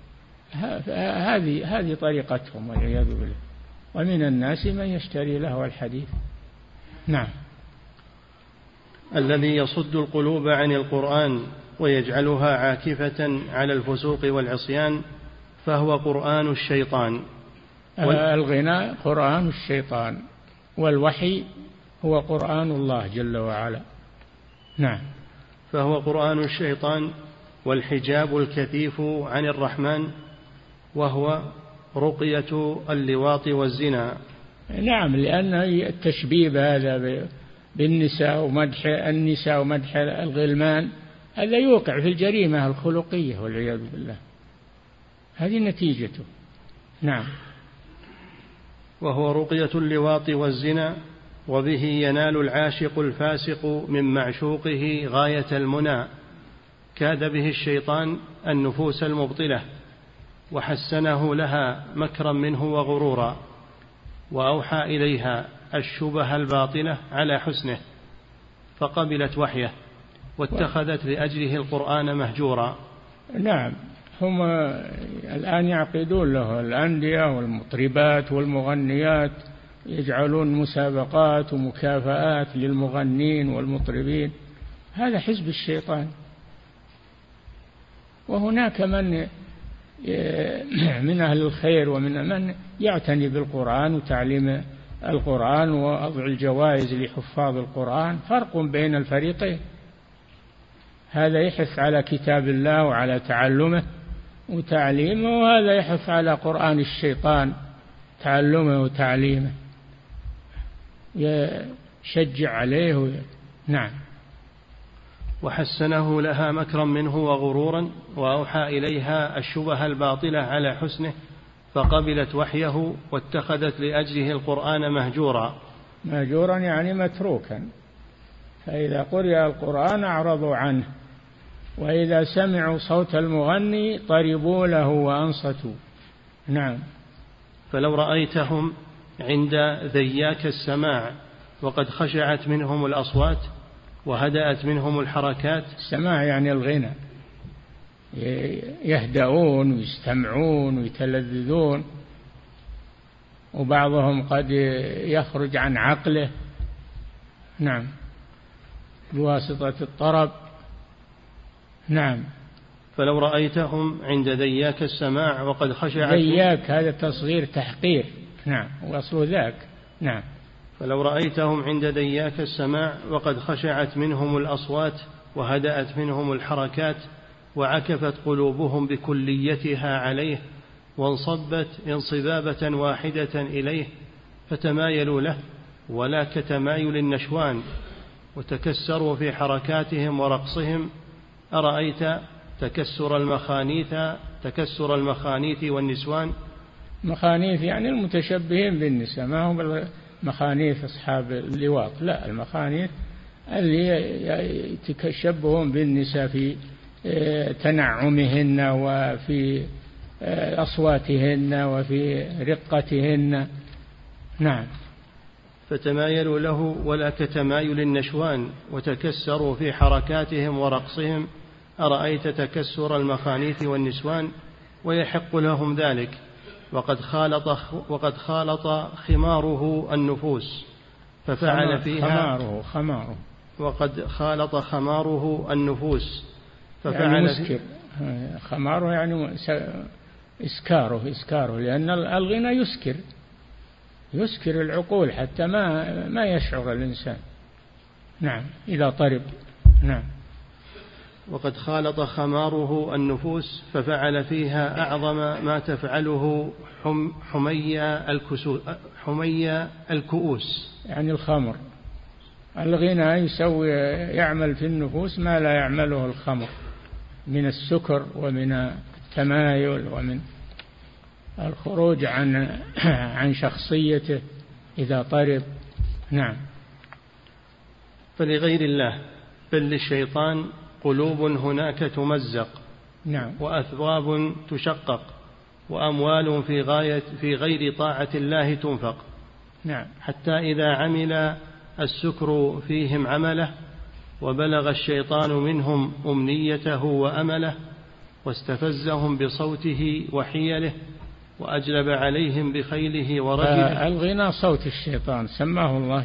هذه طريقتهم والعياذ بالله. ومن الناس من يشتري لهو الحديث. نعم. الذي يصد القلوب عن القرآن ويجعلها عاكفة على الفسوق والعصيان فهو قرآن الشيطان. الغناء قرآن الشيطان، والوحي هو قرآن الله جل وعلا. نعم. فهو قرآن الشيطان والحجاب الكثيف عن الرحمن، وهو رقية اللواط والزنا. نعم، لأن التشبيب هذا بالنساء ومدح النساء ومدح الغلمان هذا يوقع في الجريمة الخلقية والعياذ بالله. هذه نتيجته. نعم. وهو رقية اللواط والزنا، وبه ينال العاشق الفاسق من معشوقه غاية المنى. كاد به الشيطان النفوس المبطلة وحسنه لها مكرا منه وغرورا، وأوحى إليها الشبه الباطلة على حسنه فقبلت وحيه واتخذت لأجله القرآن مهجورا. نعم. هم الآن يعقدون له الأندية والمطربات والمغنيات، يجعلون مسابقات ومكافآت للمغنين والمطربين. هذا حزب الشيطان. وهناك من أهل الخير ومن من يعتني بالقرآن وتعليم القرآن ووضع الجوائز لحفاظ القرآن. فرق بين الفريقين، هذا يحث على كتاب الله وعلى تعلمه وتعليمه، وهذا يحث على قرآن الشيطان تعلمه وتعليمه، يشجع عليه. نعم. وحسنه لها مكرا منه وغرورا، وأوحى إليها الشبه الباطلة على حسنه فقبلت وحيه واتخذت لأجله القرآن مهجورا. مهجورا يعني متروكا، فإذا قرئ القرآن أعرضوا عنه، وإذا سمعوا صوت المغني طربوا له وأنصتوا. نعم. فلو رأيتهم عند ذياك السماع وقد خشعت منهم الأصوات وهدأت منهم الحركات. السماع يعني الغنى، يهدؤون ويستمعون ويتلذذون، وبعضهم قد يخرج عن عقله، نعم، بواسطة الطرب، نعم. فلو رأيتهم عند دياك السماع وقد خشعت، دياك هذا تصغير تحقير، نعم، وأصل ذاك، نعم. فلو رأيتهم عند دياك السماع وقد خشعت منهم الأصوات وهدأت منهم الحركات وعكفت قلوبهم بكليتها عليه وانصبت انصبابة واحدة إليه فتمايلوا له ولا كتمايل النشوان وتكسروا في حركاتهم ورقصهم. أرأيت تكسر المخانيث والنسوان. مخانيث يعني المتشبهين بالنساء، ما هم مخانيث أصحاب اللواط، لا، المخانيث اللي يتشبهون بالنساء في تنعمهن وفي أصواتهن وفي رقتهن، نعم. فتمايلوا له ولا كتمايل النشوان وتكسروا في حركاتهم ورقصهم. أرأيت تكسر المخانيث والنسوان، ويحق لهم ذلك وقد خالط خماره النفوس ففعل فيها وقد خالط خماره النفوس ففعل يعني مسكر. خماره يعني إسكاره، لأن الغنى يسكر العقول حتى ما يشعر الإنسان، نعم، إذا طرب، نعم. وقد خالط خماره النفوس ففعل فيها أعظم ما تفعله حمي الكؤوس، يعني الخمر. الغنى يعمل في النفوس ما لا يعمله الخمر من السكر ومن التمايل ومن الخروج عن شخصيته إذا طرب، نعم. فلغير الله بل للشيطان قلوب هناك تمزق، نعم، وأثواب تشقق، وأموال في غير طاعة الله تنفق، نعم، حتى إذا عمل السكر فيهم عمله وبلغ الشيطان منهم أمنيته وأمله واستفزهم بصوته وحيله وأجلب عليهم بخيله ورجله. الغنى صوت الشيطان، سماه الله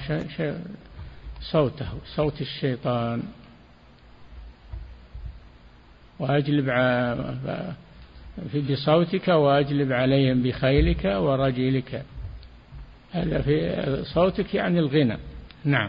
صوت الشيطان. وأجلب بصوتك وأجلب عليهم بخيلك ورجلك، هذا في صوتك يعني الغنى، نعم.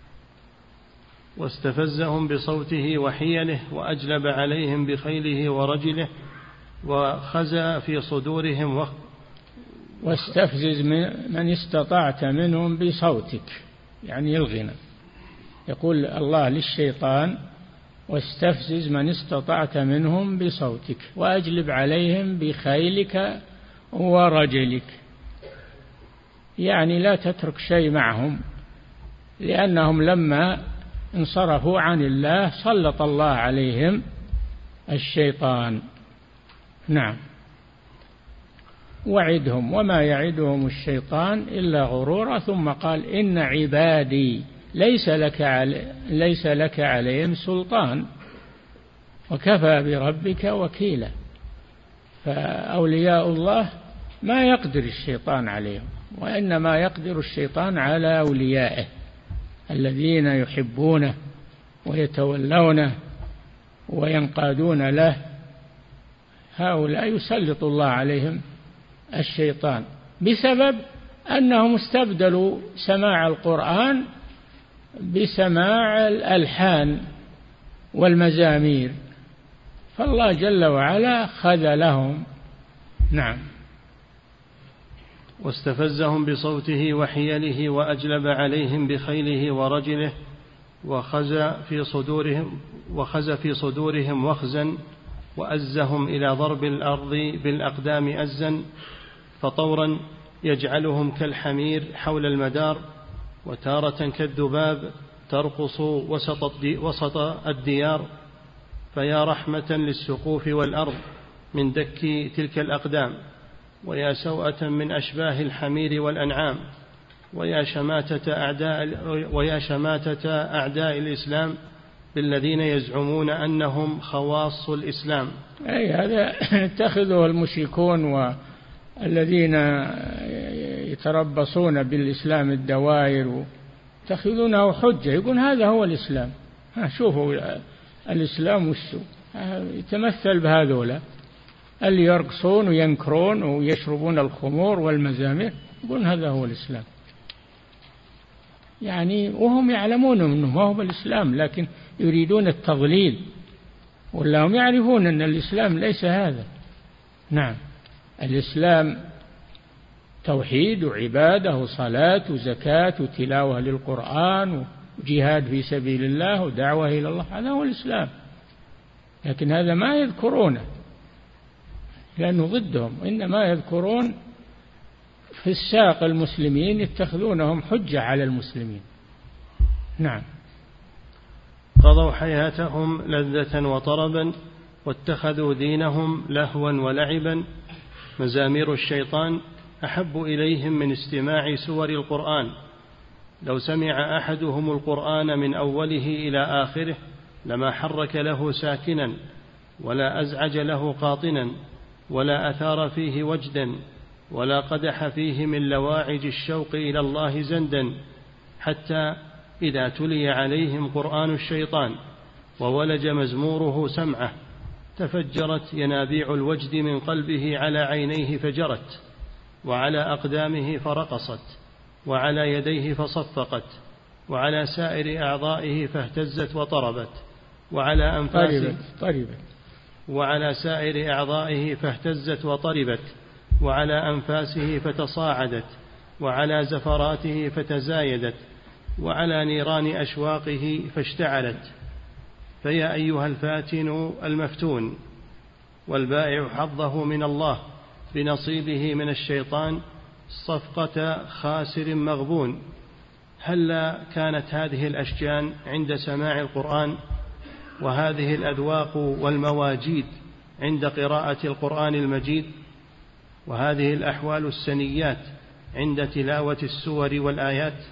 واستفزهم بصوته وحيله وأجلب عليهم بخيله ورجله وخزى في صدورهم واستفزز من استطعت منهم بصوتك، يعني الغنى. يقول الله للشيطان: واستفزز من استطعت منهم بصوتك وأجلب عليهم بخيلك ورجلك، يعني لا تترك شيء معهم، لأنهم لما انصرفوا عن الله سلط الله عليهم الشيطان، نعم. وعدهم وما يعدهم الشيطان إلا غرورا، ثم قال: إن عبادي ليس لك عليهم سلطان وكفى بربك وكيلا. فأولياء الله ما يقدر الشيطان عليهم، وإنما يقدر الشيطان على أوليائه الذين يحبونه ويتولونه وينقادون له، هؤلاء يسلط الله عليهم الشيطان بسبب أنهم استبدلوا سماع القرآن بسماع الألحان والمزامير، فالله جل وعلا خذلهم، نعم. واستفزهم بصوته وحيله وأجلب عليهم بخيله ورجله وخز في صدورهم وخزا وأزهم إلى ضرب الأرض بالأقدام أزا، فطورا يجعلهم كالحمير حول المدار، وتارة كالذباب ترقص وسط الديار. فيا رحمة للسقوف والأرض من دك تلك الأقدام، ويا سوءة من أشباه الحمير والأنعام. ويا شماتة أعداء الإسلام بالذين يزعمون أنهم خواص الإسلام. أي هذا اتخذه المشركون والذين يتربصون بالإسلام الدوائر يتخذونه حجة، يقول هذا هو الإسلام. شوفوا الإسلام وشو يتمثل بهذولا اللي يرقصون وينكرون ويشربون الخمور والمزامير، يقول هذا هو الإسلام. يعني وهم يعلمون أنه ما هو بالإسلام، لكن يريدون التضليل، ولا هم يعرفون أن الإسلام ليس هذا. نعم، الإسلام توحيد وعبادة وصلاة وزكاة وتلاوة للقرآن وجهاد في سبيل الله ودعوة إلى الله، هذا هو الإسلام. لكن هذا ما يذكرونه لأنه ضدهم، إنما يذكرون في الساق المسلمين يتخذونهم حجة على المسلمين. نعم. قضوا حياتهم لذة وطربا واتخذوا دينهم لهوا ولعبا. مزامير الشيطان أحب إليهم من استماع سور القرآن. لو سمع أحدهم القرآن من أوله إلى آخره لما حرك له ساكنا ولا أزعج له قاطنا ولا أثار فيه وجدا ولا قدح فيه من لواعج الشوق إلى الله زندا، حتى إذا تلي عليهم قرآن الشيطان وولج مزموره سمعه تفجرت ينابيع الوجد من قلبه على عينيه فجرت، وعلى أقدامه فرقصت، وعلى يديه فصفقت، وعلى سائر أعضائه فاهتزت وطربت، وعلى أنفاسه وعلى سائر أعضائه فاهتزت وطربت، وعلى أنفاسه فتصاعدت، وعلى زفراته فتزايدت، وعلى نيران أشواقه فاشتعلت. فيا أيها الفاتن المفتون والبائع حظه من الله بنصيبه من الشيطان صفقة خاسر مغبون، هلا كانت هذه الأشجان عند سماع القرآن، وهذه الأذواق والمواجيد عند قراءة القرآن المجيد، وهذه الأحوال السنيات عند تلاوة السور والآيات.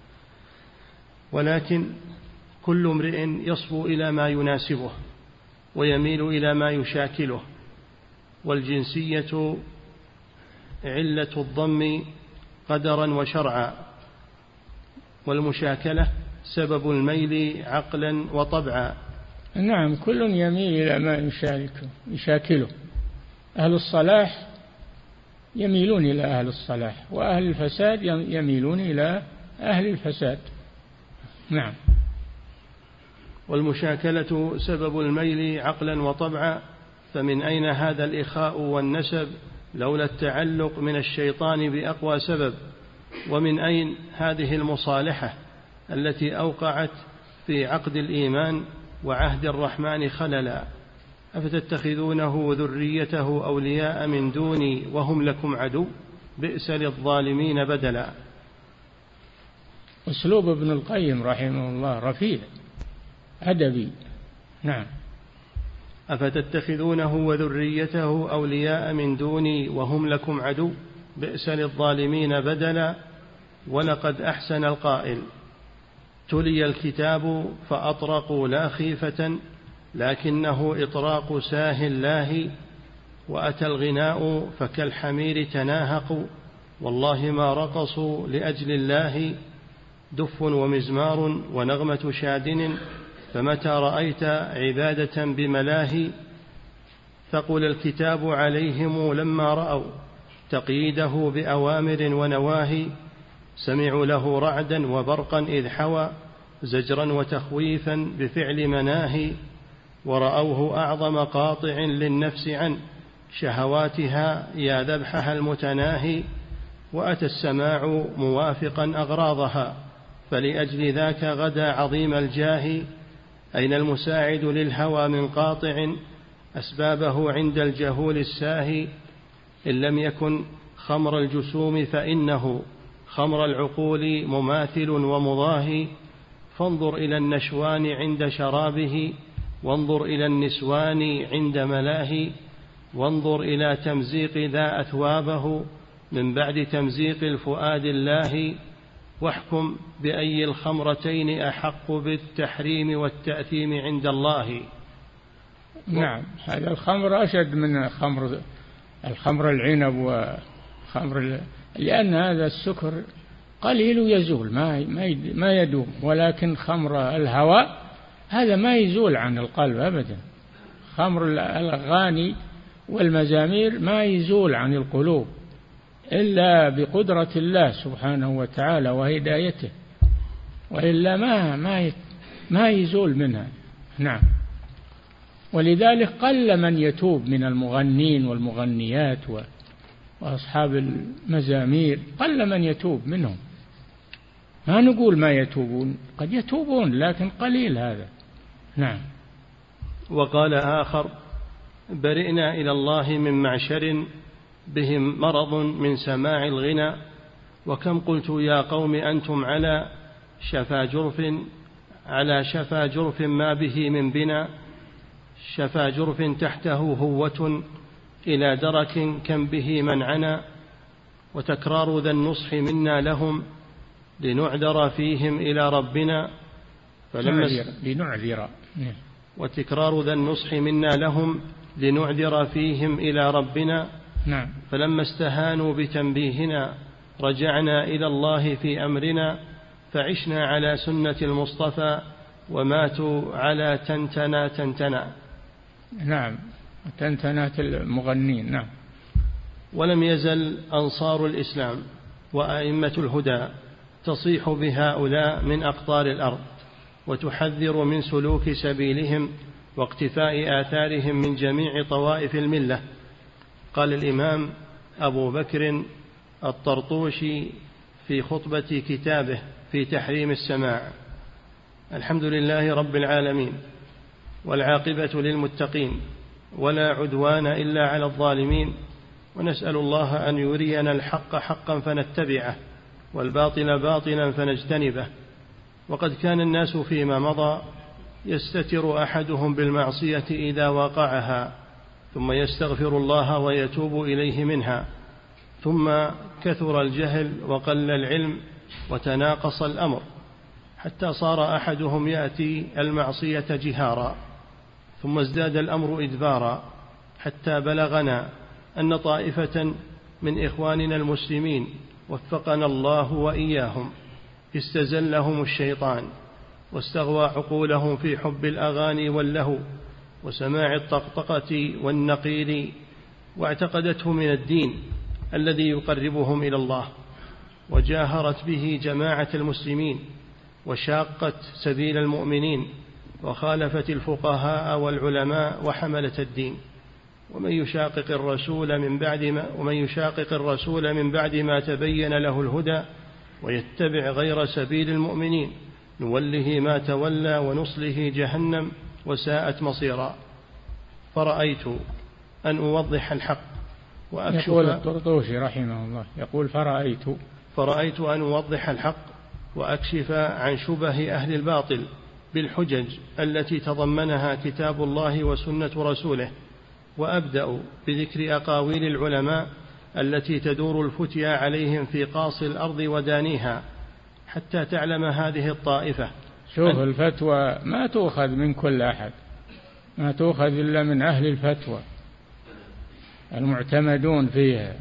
ولكن كل امرئ يصبو إلى ما يناسبه ويميل إلى ما يشاكله، والجنسية علة الضم قدرا وشرعا، والمشاكلة سبب الميل عقلا وطبعا. نعم، كل يميل إلى ما يشاكله. أهل الصلاح يميلون إلى أهل الصلاح، وأهل الفساد يميلون إلى أهل الفساد. نعم. والمشاكلة سبب الميل عقلا وطبعا، فمن أين هذا الإخاء والنسب لولا التعلق من الشيطان بأقوى سبب؟ ومن أين هذه المصالحة التي أوقعت في عقد الإيمان وعهد الرحمن خللا؟ أفتتخذونه وذريته أولياء من دوني وهم لكم عدو، بئس للظالمين بدلا. أسلوب ابن القيم رحمه الله رفيع أدبي. نعم. أفتتخذونه وذريته أولياء من دوني وهم لكم عدو، بئس للظالمين بدلا. ولقد أحسن القائل: تلي الكتاب فأطرقوا لا خيفة، لكنه إطراق ساه الله. وأتى الغناء فكالحمير تناهقوا، والله ما رقصوا لأجل الله. دف ومزمار ونغمة شادن، فمتى رأيت عبادة بملاهي. ثقل الكتاب عليهم لما رأوا تقييده بأوامر ونواهي. سمعوا له رعدا وبرقا إذ حوى، زجرا وتخويفا بفعل مناهي. ورأوه أعظم قاطع للنفس عن شهواتها يا ذبحها المتناهي. وأتى السماع موافقا أغراضها، فلأجل ذاك غدا عظيم الجاه. أين المساعد للهوى من قاطع أسبابه عند الجهول الساهي. إن لم يكن خمر الجسوم فإنه خمر العقول مماثل ومضاهي. فانظر إلى النشوان عند شرابه، وانظر إلى النسوان عند ملاهي. وانظر إلى تمزيق ذا أثوابه من بعد تمزيق الفؤاد الله. واحكم بأي الخمرتين أحق بالتحريم والتأثيم عند الله. نعم، هذا الخمر أشد من الخمر العنب لأن هذا السكر قليل يزول ما يدوم، ولكن خمر الهوى هذا ما يزول عن القلب أبدا. خمر الأغاني والمزامير ما يزول عن القلوب إلا بقدرة الله سبحانه وتعالى وهدايته، وإلا ما يزول منها. نعم، ولذلك قل من يتوب من المغنين والمغنيات وأصحاب المزامير، قل من يتوب منهم. ما نقول ما يتوبون، قد يتوبون لكن قليل هذا. نعم. وقال آخر: برئنا إلى الله من معشر بهم مرض من سماع الغنى، وكم قلت يا قوم أنتم على شفا جرف ما به من بنا، شفا جرف تحته هوة إلى درك كم به من عنا، وتكرار ذا النصح منا لهم لنعذر فيهم إلى ربنا وتكرار ذا النصح منا لهم لنعذر فيهم إلى ربنا. نعم. فلما استهانوا بتنبيهنا رجعنا إلى الله في أمرنا، فعشنا على سنة المصطفى وماتوا على تنتنا. نعم، تنتنات المغنين. نعم. ولم يزل أنصار الإسلام وأئمة الهدى تصيح بهؤلاء من أقطار الأرض، وتحذر من سلوك سبيلهم واقتفاء آثارهم من جميع طوائف الملة. قال الإمام أبو بكر الطرطوشي في خطبة كتابه في تحريم السماع: الحمد لله رب العالمين، والعاقبة للمتقين، ولا عدوان إلا على الظالمين، ونسأل الله أن يرينا الحق حقا فنتبعه والباطل باطلا فنجتنبه. وقد كان الناس فيما مضى يستتر أحدهم بالمعصية إذا وقعها، ثم يستغفر الله ويتوب إليه منها، ثم كثر الجهل وقل العلم وتناقص الأمر، حتى صار أحدهم يأتي المعصية جهارا، ثم ازداد الأمر إدبارا، حتى بلغنا أن طائفة من إخواننا المسلمين وفقنا الله وإياهم استزلهم الشيطان واستغوى عقولهم في حب الأغاني واللهو وسماع الطقطقة والنقير، واعتقدته من الدين الذي يقربهم إلى الله، وجاهرت به جماعة المسلمين، وشاقت سبيل المؤمنين، وخالفت الفقهاء والعلماء وحملة الدين. ومن يشاقق الرسول من بعد ما تبين له الهدى ويتبع غير سبيل المؤمنين نوله ما تولى ونصله جهنم وساءت مصيرا. فرأيت أن أوضح الحق وأكشف. يقول الطرطوشي رحمه الله، يقول فرأيت أن أوضح الحق وأكشف عن شبه أهل الباطل بالحجج التي تضمنها كتاب الله وسنة رسوله، وأبدأ بذكر أقاويل العلماء التي تدور الفتيا عليهم في قاص الأرض ودانيها، حتى تعلم هذه الطائفة. شوف، الفتوى ما تؤخذ من كل أحد، ما تؤخذ إلا من أهل الفتوى المعتمدون فيها،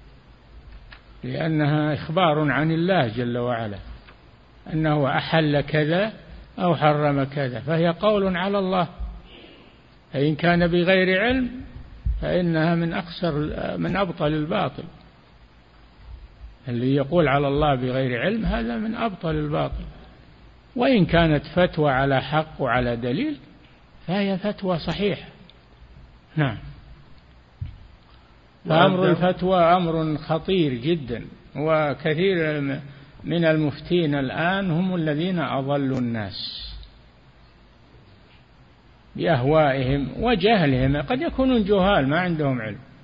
لأنها إخبار عن الله جل وعلا أنه أحل كذا أو حرم كذا، فهي قول على الله. فإن كان بغير علم فإنها من أبطل الباطل. اللي يقول على الله بغير علم هذا من أبطل الباطل. وإن كانت فتوى على حق وعلى دليل فهي فتوى صحيحة. نعم. فأمر الفتوى أمر خطير جدا، وكثير من المفتين الآن هم الذين أضلوا الناس بأهوائهم وجهلهم. قد يكونون جهال ما عندهم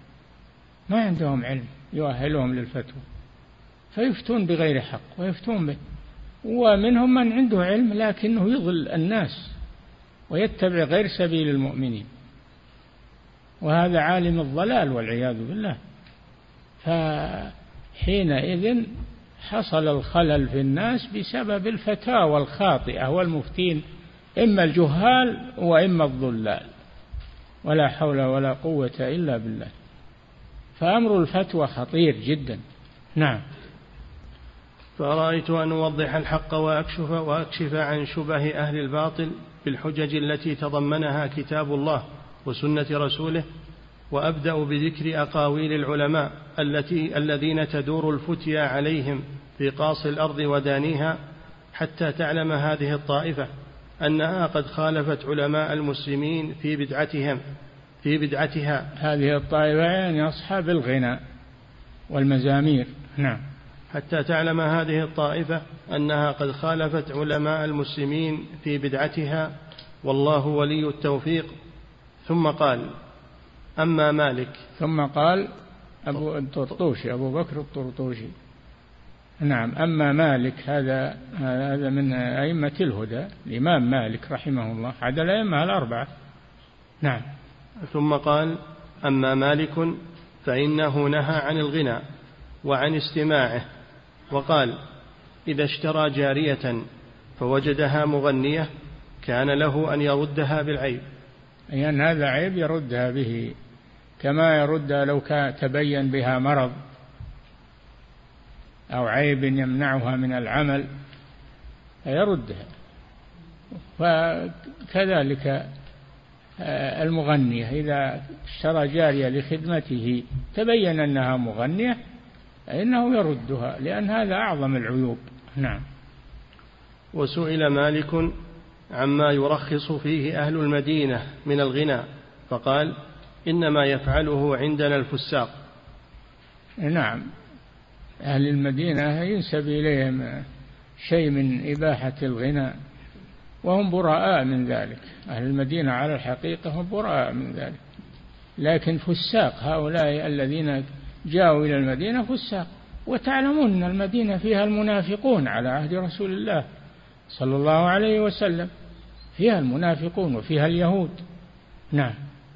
علم يؤهلهم للفتوى، فيفتون بغير حق ويفتون به. ومنهم من عنده علم لكنه يضل الناس ويتبع غير سبيل المؤمنين، وهذا عالم الضلال والعياذ بالله. فحينئذ حصل الخلل في الناس بسبب الفتاوى الخاطئة والمفتين، إما الجهال وإما الضلال، ولا حول ولا قوة إلا بالله. فأمر الفتوى خطير جدا. نعم. فأرأيت أن أوضح الحق وأكشف عن شبه أهل الباطل بالحجج التي تضمنها كتاب الله وسنة رسوله، وأبدأ بذكر أقاويل العلماء الذين تدور الفتيا عليهم في قاص الأرض ودانيها، حتى تعلم هذه الطائفة أنها قد خالفت علماء المسلمين في بدعتها. هذه الطائفة يعني أصحاب الغناء والمزامير. نعم. حتى تعلم هذه الطائفة أنها قد خالفت علماء المسلمين في بدعتها، والله ولي التوفيق. ثم قال: أما مالك. ثم قال أبو بكر الطرطوشي. نعم. أما مالك هذا من أئمة الهدى، الإمام مالك رحمه الله، عدل الأئمة الأربعة. نعم. ثم قال: أما مالك فإنه نهى عن الغنى وعن استماعه، وقال: إذا اشترى جارية فوجدها مغنية كان له أن يردها بالعيب، يعني هذا عيب يردها به، كما يردها لو تبين بها مرض أو عيب يمنعها من العمل يردها. وكذلك المغنية إذا اشترى جارية لخدمته تبين أنها مغنية إنه يردها، لأن هذا أعظم العيوب. نعم. وسئل مالك عما يرخص فيه أهل المدينة من الغنى، فقال: إنما يفعله عندنا الفساق. نعم. أهل المدينة ينسب إليهم شيء من إباحة الغنى وهم براء من ذلك. أهل المدينة على الحقيقة هم براء من ذلك، لكن فساق هؤلاء الذين جاءوا إلى المدينة فساق. وتعلمون أن المدينة فيها المنافقون على عهد رسول الله صلى الله عليه وسلم، فيها المنافقون وفيها اليهود. نعم.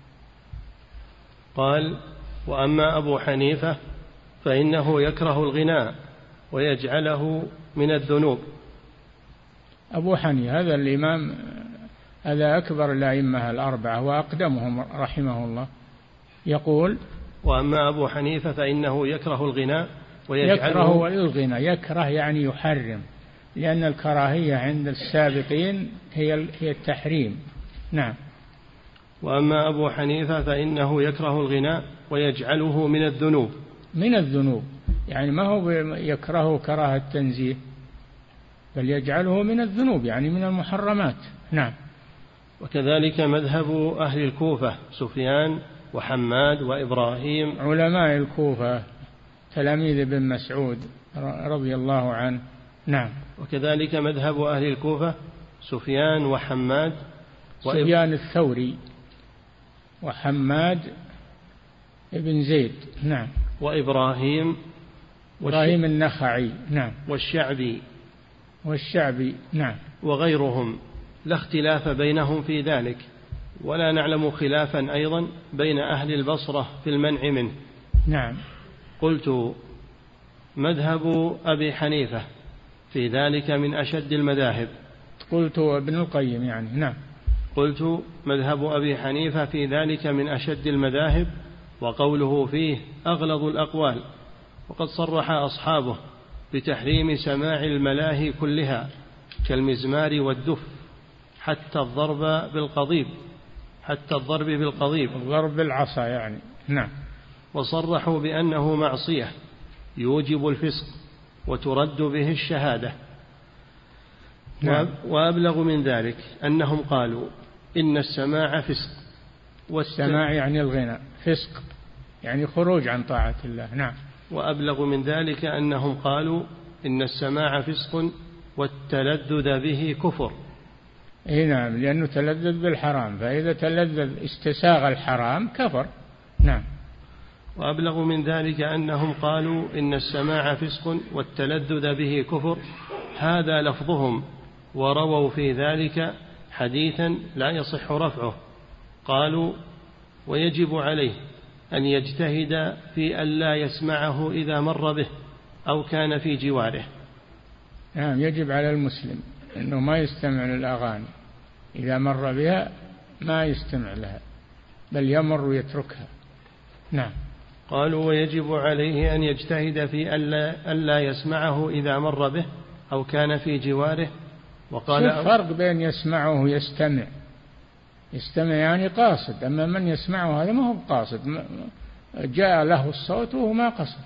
قال: وأما أبو حنيفة فإنه يكره الغناء ويجعله من الذنوب. أبو حنيفة هذا الإمام، هذا أكبر الأئمة الأربعة وأقدمهم رحمه الله، يقول: وأما أبو حنيفة فإنه يكره الغناء ويجعله. يكره الغنى، يكره يعني يحرم، لأن الكراهية عند السابقين هي التحريم. نعم. وأما أبو حنيفة فإنه يكره الغناء ويجعله من الذنوب. من الذنوب يعني ما هو يكره كراهة التنزيه، بل يجعله من الذنوب يعني من المحرمات. نعم. وكذلك مذهب أهل الكوفة سفيان وحماد وإبراهيم، علماء الكوفة تلاميذ ابن مسعود رضي الله عنه. نعم. وكذلك مذهب أهل الكوفة سفيان وحماد سفيان الثوري وحماد ابن زيد. نعم. وإبراهيم النخعي. نعم. والشعبي. نعم. وغيرهم، لا اختلاف بينهم في ذلك، ولا نعلم خلافا أيضا بين أهل البصرة في المنع منه. نعم. قلت: مذهب أبي حنيفة في ذلك من أشد المذاهب. قلت ابن القيم يعني. نعم. قلت: مذهب أبي حنيفة في ذلك من أشد المذاهب، وقوله فيه أغلظ الأقوال، وقد صرح أصحابه بتحريم سماع الملاهي كلها كالمزمار والدف حتى الضرب بالقضيب، الضرب بالعصا يعني. نعم. وصرحوا بأنه معصية يوجب الفسق وترد به الشهادة. نعم. وأبلغ من ذلك أنهم قالوا إن السماع فسق. والسماع يعني الغنى، فسق يعني خروج عن طاعة الله. نعم. وأبلغ من ذلك أنهم قالوا إن السماع فسق والتلذذ به كفر. نعم، لأنه تلذذ بالحرام، فإذا تلذذ استساغ الحرام كفر. نعم. وأبلغ من ذلك أنهم قالوا إن السماع فسق والتلذذ به كفر، هذا لفظهم، ورووا في ذلك حديثا لا يصح رفعه. قالوا: ويجب عليه أن يجتهد في أن لا يسمعه إذا مر به، أو كان في جواره. نعم، يجب على المسلم أنه ما يستمع للأغاني، إذا مر بها ما يستمع لها بل يمر ويتركها. نعم. قالوا ويجب عليه أن يجتهد في ألا يسمعه إذا مر به أو كان في جواره. وقال فرق بين يسمعه ويستمع. يستمع يعني قاصد، أما من يسمعه هذا ما هو قاصد، جاء له الصوت وهو ما قصد،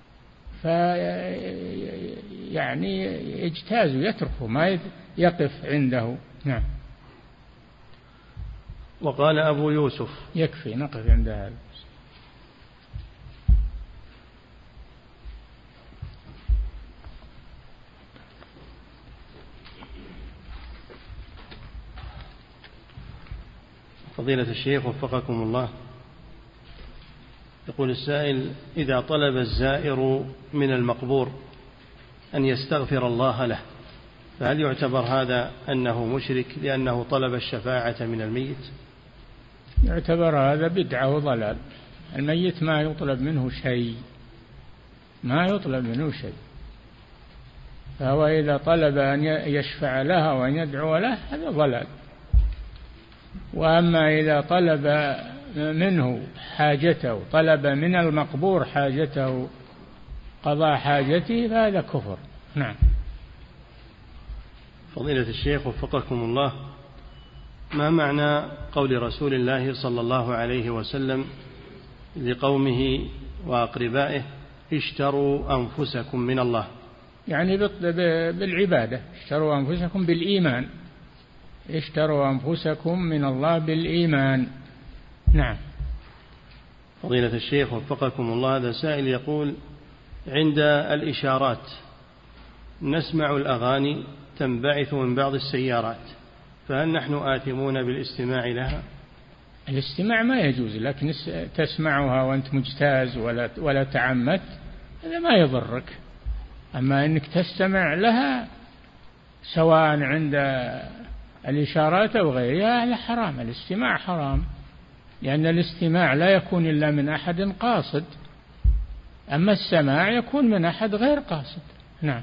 يعني يجتاز ويتركه ما يقف عنده. نعم. وقال أبو يوسف يكفي نقف عند هذا. فضيلة الشيخ وفقكم الله، يقول السائل: إذا طلب الزائر من المقبور أن يستغفر الله له، فهل يعتبر هذا أنه مشرك لأنه طلب الشفاعة من الميت؟ يعتبر هذا بدعة وضلال. الميت ما يطلب منه شيء، ما يطلب منه شيء، فهو إذا طلب أن يشفع لها وأن يدعو له هذا ضلال. وأما إذا طلب منه حاجته، طلب من المقبور حاجته، قضاء حاجته، فهذا كفر. نعم. فضيلة الشيخ وفقكم الله، ما معنى قول رسول الله صلى الله عليه وسلم لقومه وأقربائه: اشتروا أنفسكم من الله؟ يعني بالعبادة، اشتروا أنفسكم بالإيمان، اشتروا أنفسكم من الله بالإيمان. نعم. فضيلة الشيخ وفقكم الله، هذا سائل يقول: عند الإشارات نسمع الأغاني تنبعث من بعض السيارات، فهل نحن آثمون بالاستماع لها؟ الاستماع ما يجوز، لكن تسمعها وأنت مجتاز ولا تعمت هذا ما يضرك. أما أنك تستمع لها سواء عند الإشارات أو غيرها هذا حرام. الاستماع حرام، لأن الاستماع لا يكون إلا من أحد قاصد، أما السماع يكون من أحد غير قاصد. نعم.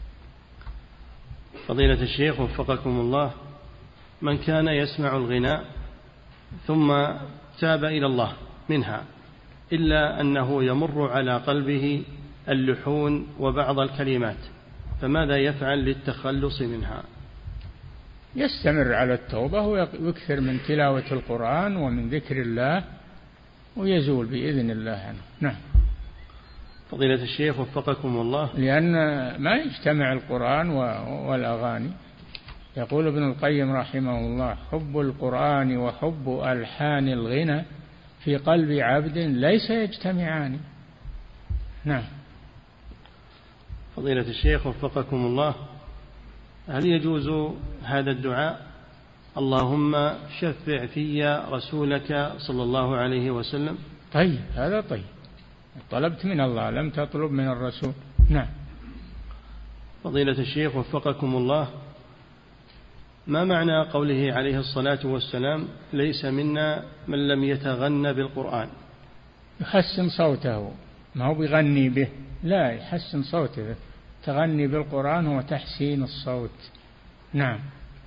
فضيلة الشيخ وفقكم الله، من كان يسمع الغناء ثم تاب إلى الله منها إلا أنه يمر على قلبه اللحون وبعض الكلمات، فماذا يفعل للتخلص منها؟ يستمر على التوبة ويكثر من تلاوة القرآن ومن ذكر الله ويزول بإذن الله عنه. نعم. فضيلة الشيخ وفقكم الله، لأن ما يجتمع القرآن والأغاني. يقول ابن القيم رحمه الله: حب القرآن وحب ألحان الغنى في قلب عبد ليس يجتمعان. نعم. فضيلة الشيخ وفقكم الله، هل يجوز هذا الدعاء: اللهم شفع في رسولك صلى الله عليه وسلم؟ طيب، هذا طيب، طلبت من الله لم تطلب من الرسول. نعم. فضيلة الشيخ وفقكم الله، ما معنى قوله عليه الصلاة والسلام: ليس منا من لم يتغن بالقرآن؟ يحسن صوته، ما هو بيغني به، لا، يحسن صوته. تغني بالقرآن هو تحسين الصوت. نعم.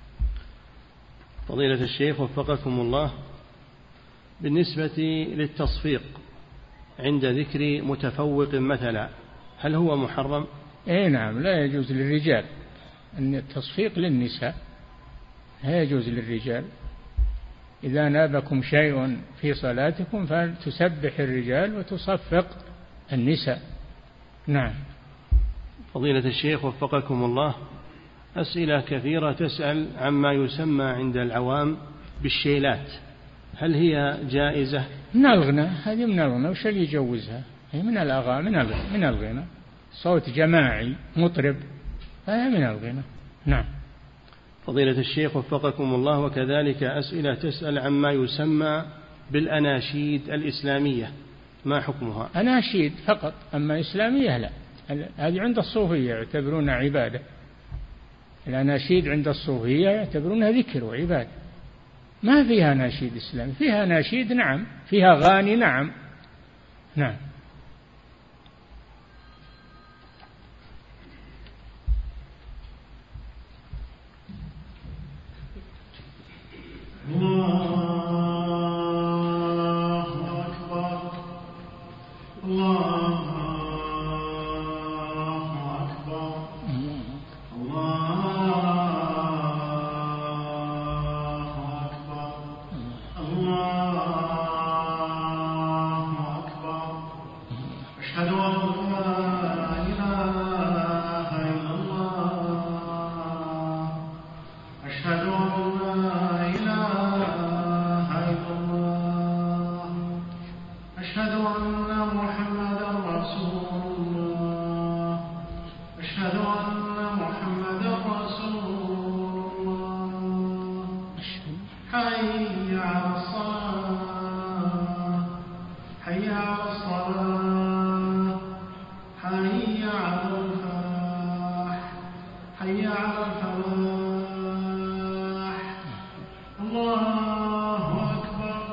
فضيلة الشيخ وفقكم الله، بالنسبة للتصفيق عند ذكر متفوق مثلا، هل هو محرم؟ اي نعم، لا يجوز للرجال. أن التصفيق للنساء، لا يجوز للرجال. إذا نابكم شيء في صلاتكم فلتسبح الرجال وتصفق النساء. نعم. فضيلة الشيخ وفقكم الله، أسئلة كثيرة تسأل عما يسمى عند العوام بالشيلات، هل هي جائزة؟ من الغنى، هذه من الغنى، وش اللي يجوزها؟ هي من الأغاني، من الغنى، صوت جماعي مطرب، هذا من الغنى. نعم. فضيلة الشيخ وفقكم الله، وكذلك أسئلة تسأل عما يسمى بالأناشيد الإسلامية، ما حكمها؟ أناشيد فقط، أما إسلامية لا. هذه عند الصوفية يعتبرونها عبادة. الأناشيد عند الصوفية يعتبرونها ذكر وعبادة، ما فيها ناشيد إسلامي. فيها ناشيد نعم، فيها غاني نعم. نعم. حي على الصلاة حي على الصلاة حي على الفلاح حي على الفلاح الله أكبر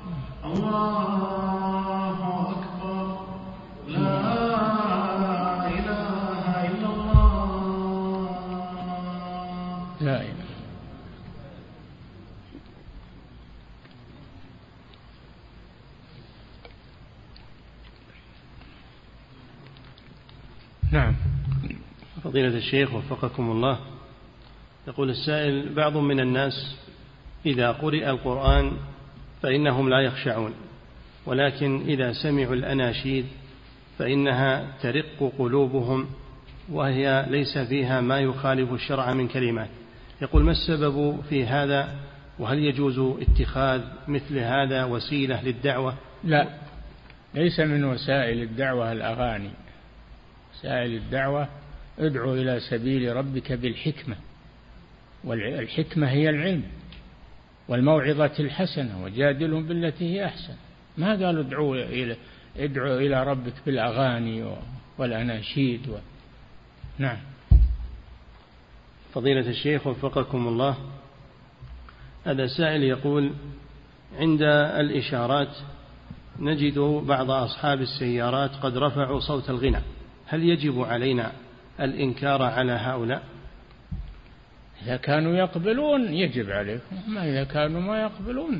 الله أكبر لا إله إلا الله لا إله. نعم. فضيلة الشيخ وفقكم الله، يقول السائل: بعض من الناس إذا قرئ القرآن فإنهم لا يخشعون، ولكن إذا سمعوا الأناشيد فإنها ترق قلوبهم وهي ليس فيها ما يخالف الشرع من كلمات. يقول: ما السبب في هذا؟ وهل يجوز اتخاذ مثل هذا وسيلة للدعوة؟ لا، ليس من وسائل الدعوة الأغاني. وسائل الدعوة: ادعو إلى سبيل ربك بالحكمة، والحكمة هي العلم، والموعظة الحسنة، وجادلهم بالتي هي أحسن. ما قالوا ادعو إلى ربك بالأغاني والأناشيد نعم. فضيلة الشيخ وفقكم الله، هذا سائل يقول: عند الإشارات نجد بعض أصحاب السيارات قد رفعوا صوت الغنى، هل يجب علينا الإنكار على هؤلاء؟ إذا كانوا يقبلون يجب عليهم، ما إذا كانوا ما يقبلون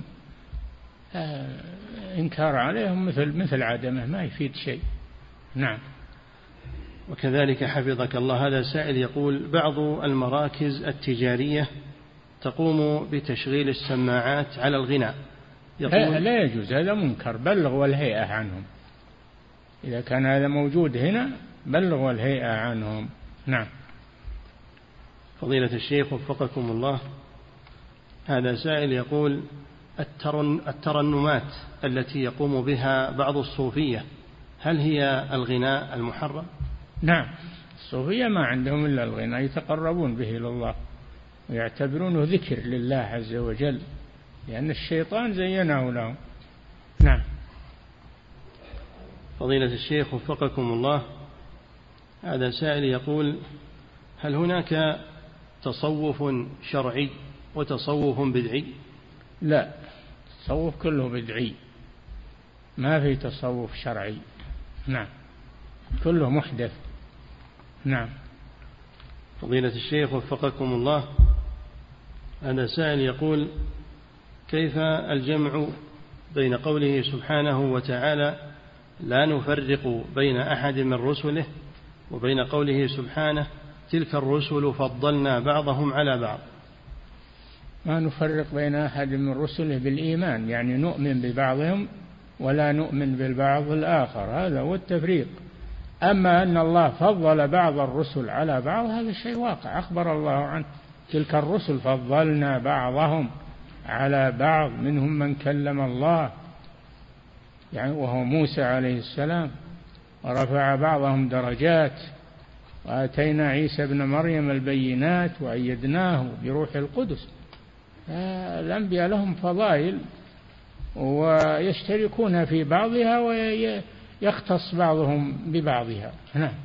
إنكار عليهم مثل عدمه، ما يفيد شيء. نعم. وكذلك حفظك الله، هذا سائل يقول: بعض المراكز التجارية تقوم بتشغيل السماعات على الغناء. لا يجوز، هذا منكر، بلغوا الهيئة عنهم. إذا كان هذا موجود هنا بلغوا الهيئة عنهم. نعم. فضيلة الشيخ وفقكم الله، هذا سائل يقول: الترنمات التي يقوم بها بعض الصوفية هل هي الغناء المحرم؟ نعم، الصوفية ما عندهم إلا الغناء، يتقربون به إلى الله ويعتبرونه ذكر لله عز وجل، لأن الشيطان زينه لهم. نعم. فضيلة الشيخ وفقكم الله، هذا سائل يقول: هل هناك تصوف شرعي وتصوف بدعي؟ لا، التصوف كله بدعي، ما في تصوف شرعي. نعم، كله محدث. نعم. فضيلة الشيخ وفقكم الله، هذا سائل يقول: كيف الجمع بين قوله سبحانه وتعالى: لا نفرق بين أحد من رسله، وبين قوله سبحانه: تلك الرسل فضلنا بعضهم على بعض؟ ما نفرق بين أحد من رسله بالإيمان، يعني نؤمن ببعضهم ولا نؤمن بالبعض الآخر، هذا هو التفريق. أما أن الله فضل بعض الرسل على بعض هذا شيء واقع، أخبر الله عنه: تلك الرسل فضلنا بعضهم على بعض، منهم من كلم الله، يعني وهو موسى عليه السلام، ورفع بعضهم درجات، وآتينا عيسى ابن مريم البينات وأيدناه بروح القدس. الأنبياء لهم فضائل ويشتركون في بعضها ويختص بعضهم ببعضها. نعم.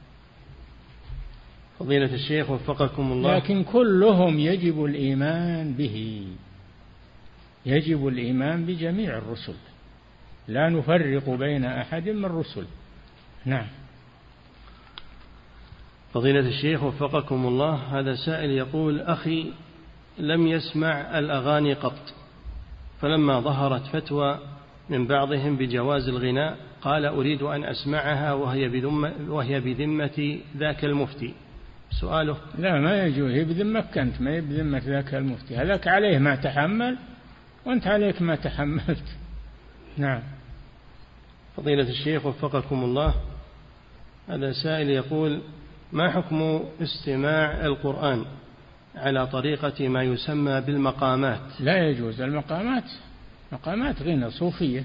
فضيلة الشيخ وفقكم الله، لكن كلهم يجب الإيمان به، يجب الإيمان بجميع الرسل، لا نفرق بين أحد من الرسل. نعم. فضيلة الشيخ وفقكم الله، هذا سائل يقول: أخي لم يسمع الأغاني قط، فلما ظهرت فتوى من بعضهم بجواز الغناء قال: أريد أن أسمعها وهي بذمة ذاك المفتي. سؤاله: لا، ما يجوز، هي بذمك أنت، ما هي بذمة ذاك المفتي، هذاك عليه ما تحمل وأنت عليك ما تحملت. نعم. فضيلة الشيخ وفقكم الله، هذا سائل يقول: ما حكم استماع القرآن على طريقة ما يسمى بالمقامات؟ لا يجوز، المقامات مقامات غنى صوفية.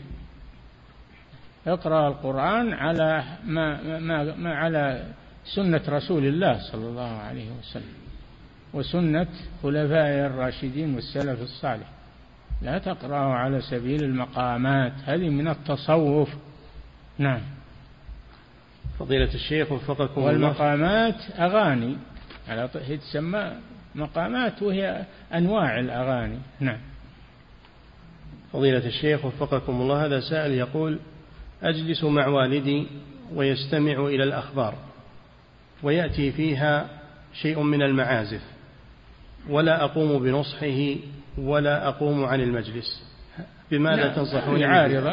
اقرأ القرآن على ما على سنة رسول الله صلى الله عليه وسلم وسنة خلفائه الراشدين والسلف الصالح. لا تقرأه على سبيل المقامات، هذه من التصوف. نعم. فضيلة الشيخ وفقكم الله. والمقامات أغاني هي تسمى مقامات، وهي أنواع الأغاني. نعم. فضيلة الشيخ وفقكم الله، هذا سائل يقول: أجلس مع والدي ويستمع إلى الأخبار ويأتي فيها شيء من المعازف ولا أقوم بنصحه ولا أقوم عن المجلس، بماذا تنصحون؟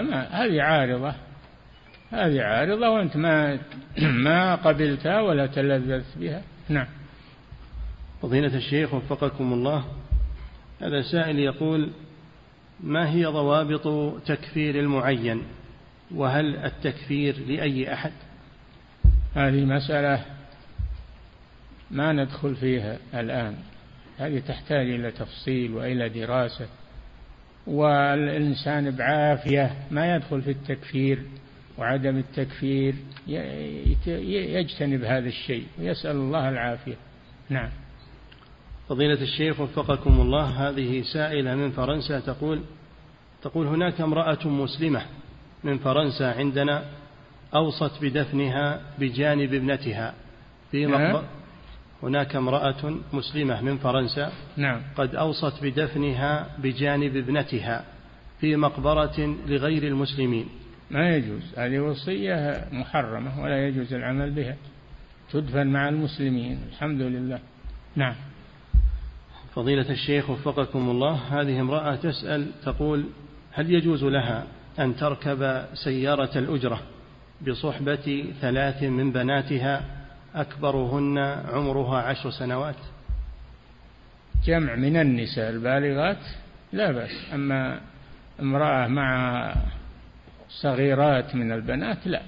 هذه عارضة وأنت ما قبلتها ولا تلذذت بها. نعم. فضيلة الشيخ وفقكم الله، هذا سائل يقول: ما هي ضوابط تكفير المعين، وهل التكفير لأي أحد؟ هذه مسألة ما ندخل فيها الآن، هذه تحتاج إلى تفصيل وإلى دراسة، والإنسان بعافية ما يدخل في التكفير وعدم التكفير، يجتنب هذا الشيء ويسأل الله العافية. نعم. فضيلة الشيخ وفقكم الله، هذه سائلة من فرنسا تقول: هناك امرأة مسلمة من فرنسا عندنا أوصت بدفنها بجانب ابنتها في مقبرة. هناك امرأة مسلمة من فرنسا، نعم، قد أوصت بدفنها بجانب ابنتها في مقبرة لغير المسلمين. ما يجوز، هذه وصية محرمة ولا يجوز العمل بها، تدفن مع المسلمين. الحمد لله. نعم. فضيلة الشيخ وفقكم الله، هذه امرأة تسأل تقول: هل يجوز لها أن تركب سيارة الأجرة بصحبة 3 من بناتها أكبرهن عمرها 10 سنوات؟ جمع من النساء البالغات لا بأس، أما امرأة مع صغيرات من البنات لا،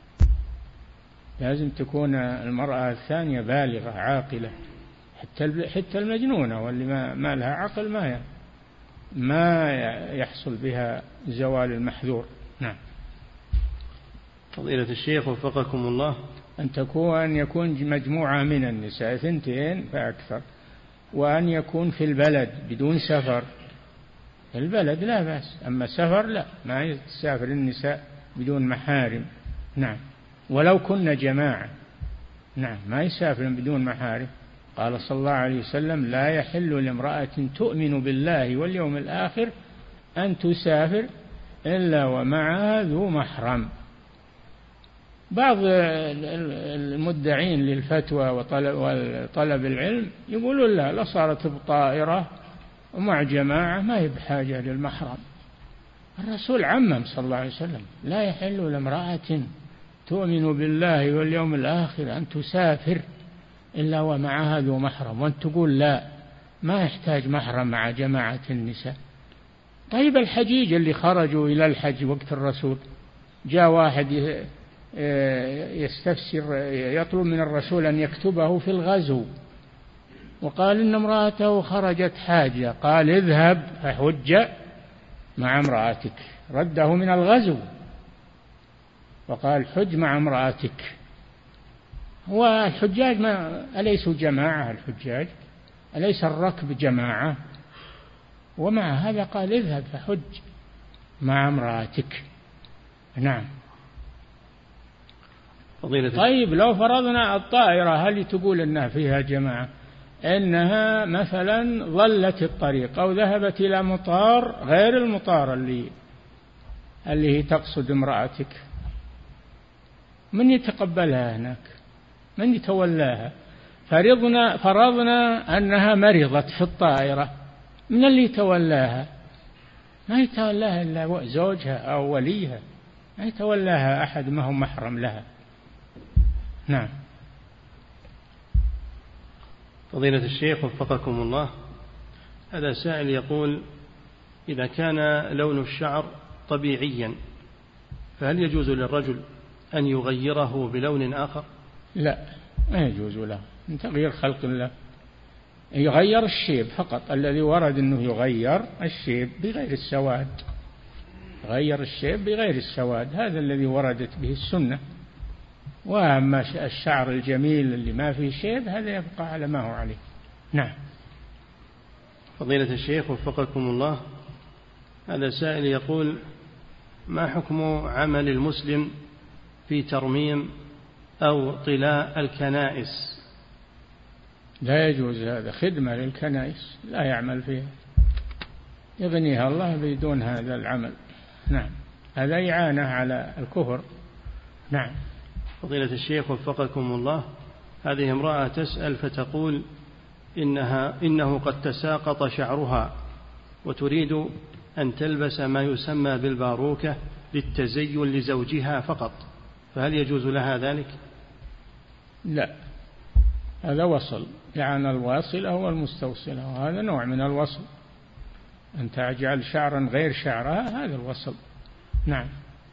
لازم تكون المرأة الثانية بالغة عاقلة، حتى المجنونة واللي ما لها عقل ما يحصل بها زوال المحذور. نعم. فضيلة الشيخ وفقكم الله، أن يكون مجموعة من النساء 2 فأكثر، وأن يكون في البلد بدون سفر. في البلد لا بأس، أما سفر لا، ما يسافر النساء بدون محارم. نعم. ولو كنا جماعة، نعم، ما يسافر بدون محارم. قال صلى الله عليه وسلم: لا يحل لامرأة تؤمن بالله واليوم الآخر أن تسافر إلا ومعها ذو محرم. بعض المدعين للفتوى وطلب العلم يقولون لا صارت بطائرة ومع جماعة ما هي بحاجة للمحرم. الرسول عمم صلى الله عليه وسلم: لا يحل لامرأة تؤمن بالله واليوم الآخر أن تسافر إلا ومعها ذو محرم، وأنت تقول لا ما يحتاج محرم مع جماعة النساء. طيب الحجيج اللي خرجوا إلى الحج وقت الرسول، جاء واحد يستفسر يطلب من الرسول أن يكتبه في الغزو، وقال إن امرأته خرجت حاجة، قال: اذهب فحج مع امرأتك. رده من الغزو وقال: حج مع امرأتك. والحجاج أليسوا جماعة؟ الحجاج أليس الركب جماعة؟ ومع هذا قال: اذهب فحج مع امرأتك. نعم. طيب لو فرضنا الطائرة، هل تقول أنها فيها جماعة؟ إنها مثلا ظلت الطريق أو ذهبت إلى مطار غير المطار اللي هي تقصد امرأتك، من يتقبلها هناك؟ من يتولاها؟ فرضنا أنها مرضت في الطائرة، من اللي يتولاها؟ ما يتولاها إلا زوجها أو وليها، ما يتولاها أحد ما هو محرم لها. نعم. فضيلة الشيخ وفقكم الله، هذا سائل يقول: إذا كان لون الشعر طبيعيا فهل يجوز للرجل أن يغيره بلون آخر؟ لا، ما يجوز له من تغيير خلق الله، يغير الشيب فقط، الذي ورد أنه يغير الشيب بغير السواد، غير الشيب بغير السواد، هذا الذي وردت به السنة. وأما الشعر الجميل اللي ما فيه شيب هذا يبقى على ما هو عليه. نعم. فضيلة الشيخ وفقكم الله، هذا سائل يقول: ما حكم عمل المسلم في ترميم أو طلاء الكنائس؟ لا يجوز هذا، خدمة للكنائس لا يعمل فيها، يغنيها الله بدون هذا العمل. نعم، هذا إعانة على الكفر. نعم. فضيلة الشيخ وفقكم الله، هذه امرأة تسأل فتقول إنه قد تساقط شعرها وتريد أن تلبس ما يسمى بالباروكة للتزين لزوجها فقط، فهل يجوز لها ذلك؟ لا، هذا وصل، يعني الواصلة والمستوصلة، وهذا نوع من الوصل، أن تجعل شعرا غير شعرها، هذا الوصل. نعم.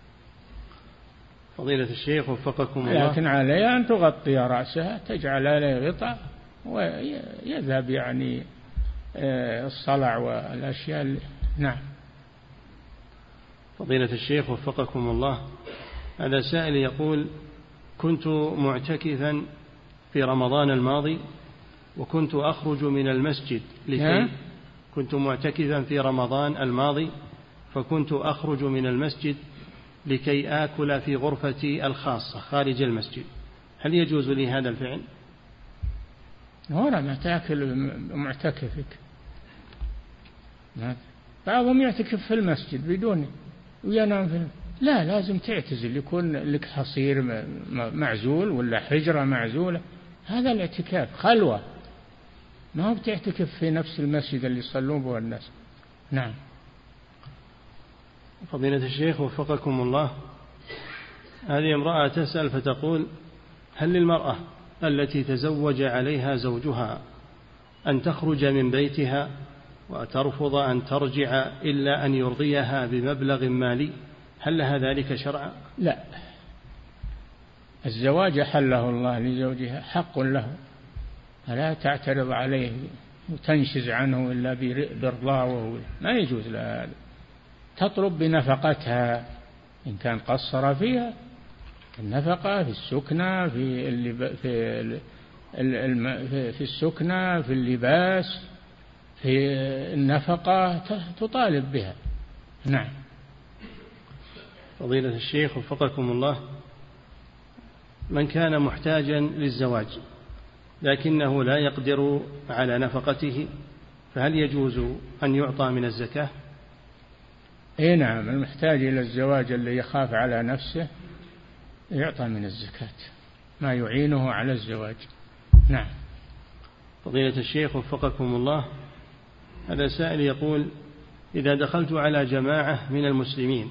فضيلة الشيخ وفقكم الله، لكن عليها أن تغطي رأسها، تجعل عليه غطاء ويذهب يعني الصلع والأشياء. نعم. فضيلة الشيخ وفقكم الله، هذا سائل يقول: كنت معتكفا في رمضان الماضي وكنت أخرج من المسجد كنت معتكفا في رمضان الماضي فكنت أخرج من المسجد لكي آكل في غرفتي الخاصة خارج المسجد، هل يجوز لي هذا الفعل؟ هنا ما تأكل معتكفك، بعضهم يعتكف في المسجد بدون وينام في لا، لازم تعتزل، يكون لك حصير معزول ولا حجرة معزولة، هذا الاعتكاف خلوة، ما هو بتعتكف في نفس المسجد اللي يصلون به الناس. نعم. فضيلة الشيخ وفقكم الله، هذه امرأة تسأل فتقول: هل للمرأة التي تزوج عليها زوجها أن تخرج من بيتها وترفض أن ترجع إلا أن يرضيها بمبلغ مالي، هل لها ذلك شرعا؟ لا، الزواج حله الله لزوجها، حق له، فلا تعترض عليه وتنشز عنه إلا برضاه، ما يجوز لها هذا. تطلب بنفقتها إن كان قصر فيها، النفقة في السكنة، في السكنة، في اللباس، في النفقة، تطالب بها. نعم. فضيلة الشيخ وفقكم الله، من كان محتاجا للزواج لكنه لا يقدر على نفقته، فهل يجوز أن يعطى من الزكاة؟ اي نعم، المحتاج إلى الزواج اللي يخاف على نفسه يعطى من الزكاة ما يعينه على الزواج. نعم. فضيلة الشيخ وفقكم الله، هذا سائل يقول: إذا دخلت على جماعة من المسلمين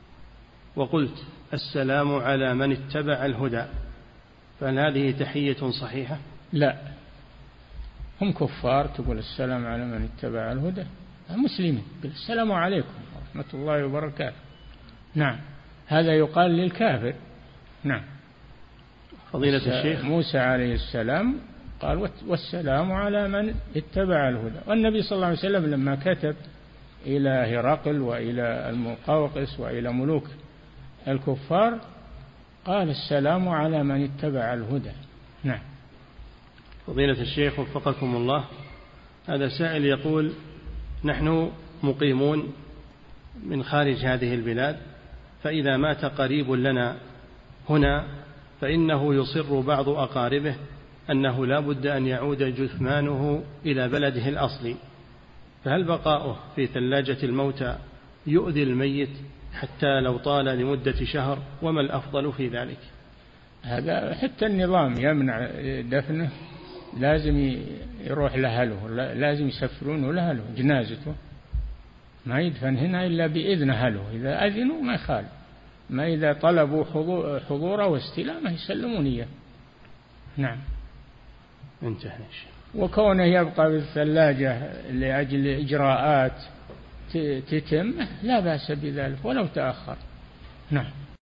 وقلت السلام على من اتبع الهدى، فهل هذه تحية صحيحة؟ لا، هم كفار، تقول السلام على من اتبع الهدى، مسلمين السلام عليكم ورحمة الله وبركاته. نعم، هذا يقال للكافر. نعم. فضيلة الشيخ، موسى عليه السلام قال والسلام على من اتبع الهدى، والنبي صلى الله عليه وسلم لما كتب إلى هرقل وإلى المقوقس وإلى ملوك الكفار قال السلام على من اتبع الهدى. نعم. فضيلة الشيخ وفقكم الله، هذا سائل يقول: نحن مقيمون من خارج هذه البلاد، فإذا مات قريب لنا هنا فإنه يصر بعض أقاربه أنه لا بد أن يعود جثمانه إلى بلده الأصلي، فهل بقاؤه في ثلاجة الموتى يؤذي الميت حتى لو طال لمدة شهر، وما الأفضل في ذلك؟ هذا حتى النظام يمنع دفنه، لازم يروح لأهله، لازم يسفرونه لأهله جنازته، ما يدفن هنا إلا بإذن أهله، إذا أذنوا ما يخالف، ما إذا طلبوا حضوره واستلامه يسلمون إياه. نعم. انتهى. وكونه يبقى بالثلاجة لأجل إجراءات تتم لا بأس بذلك ولو تأخر. نعم.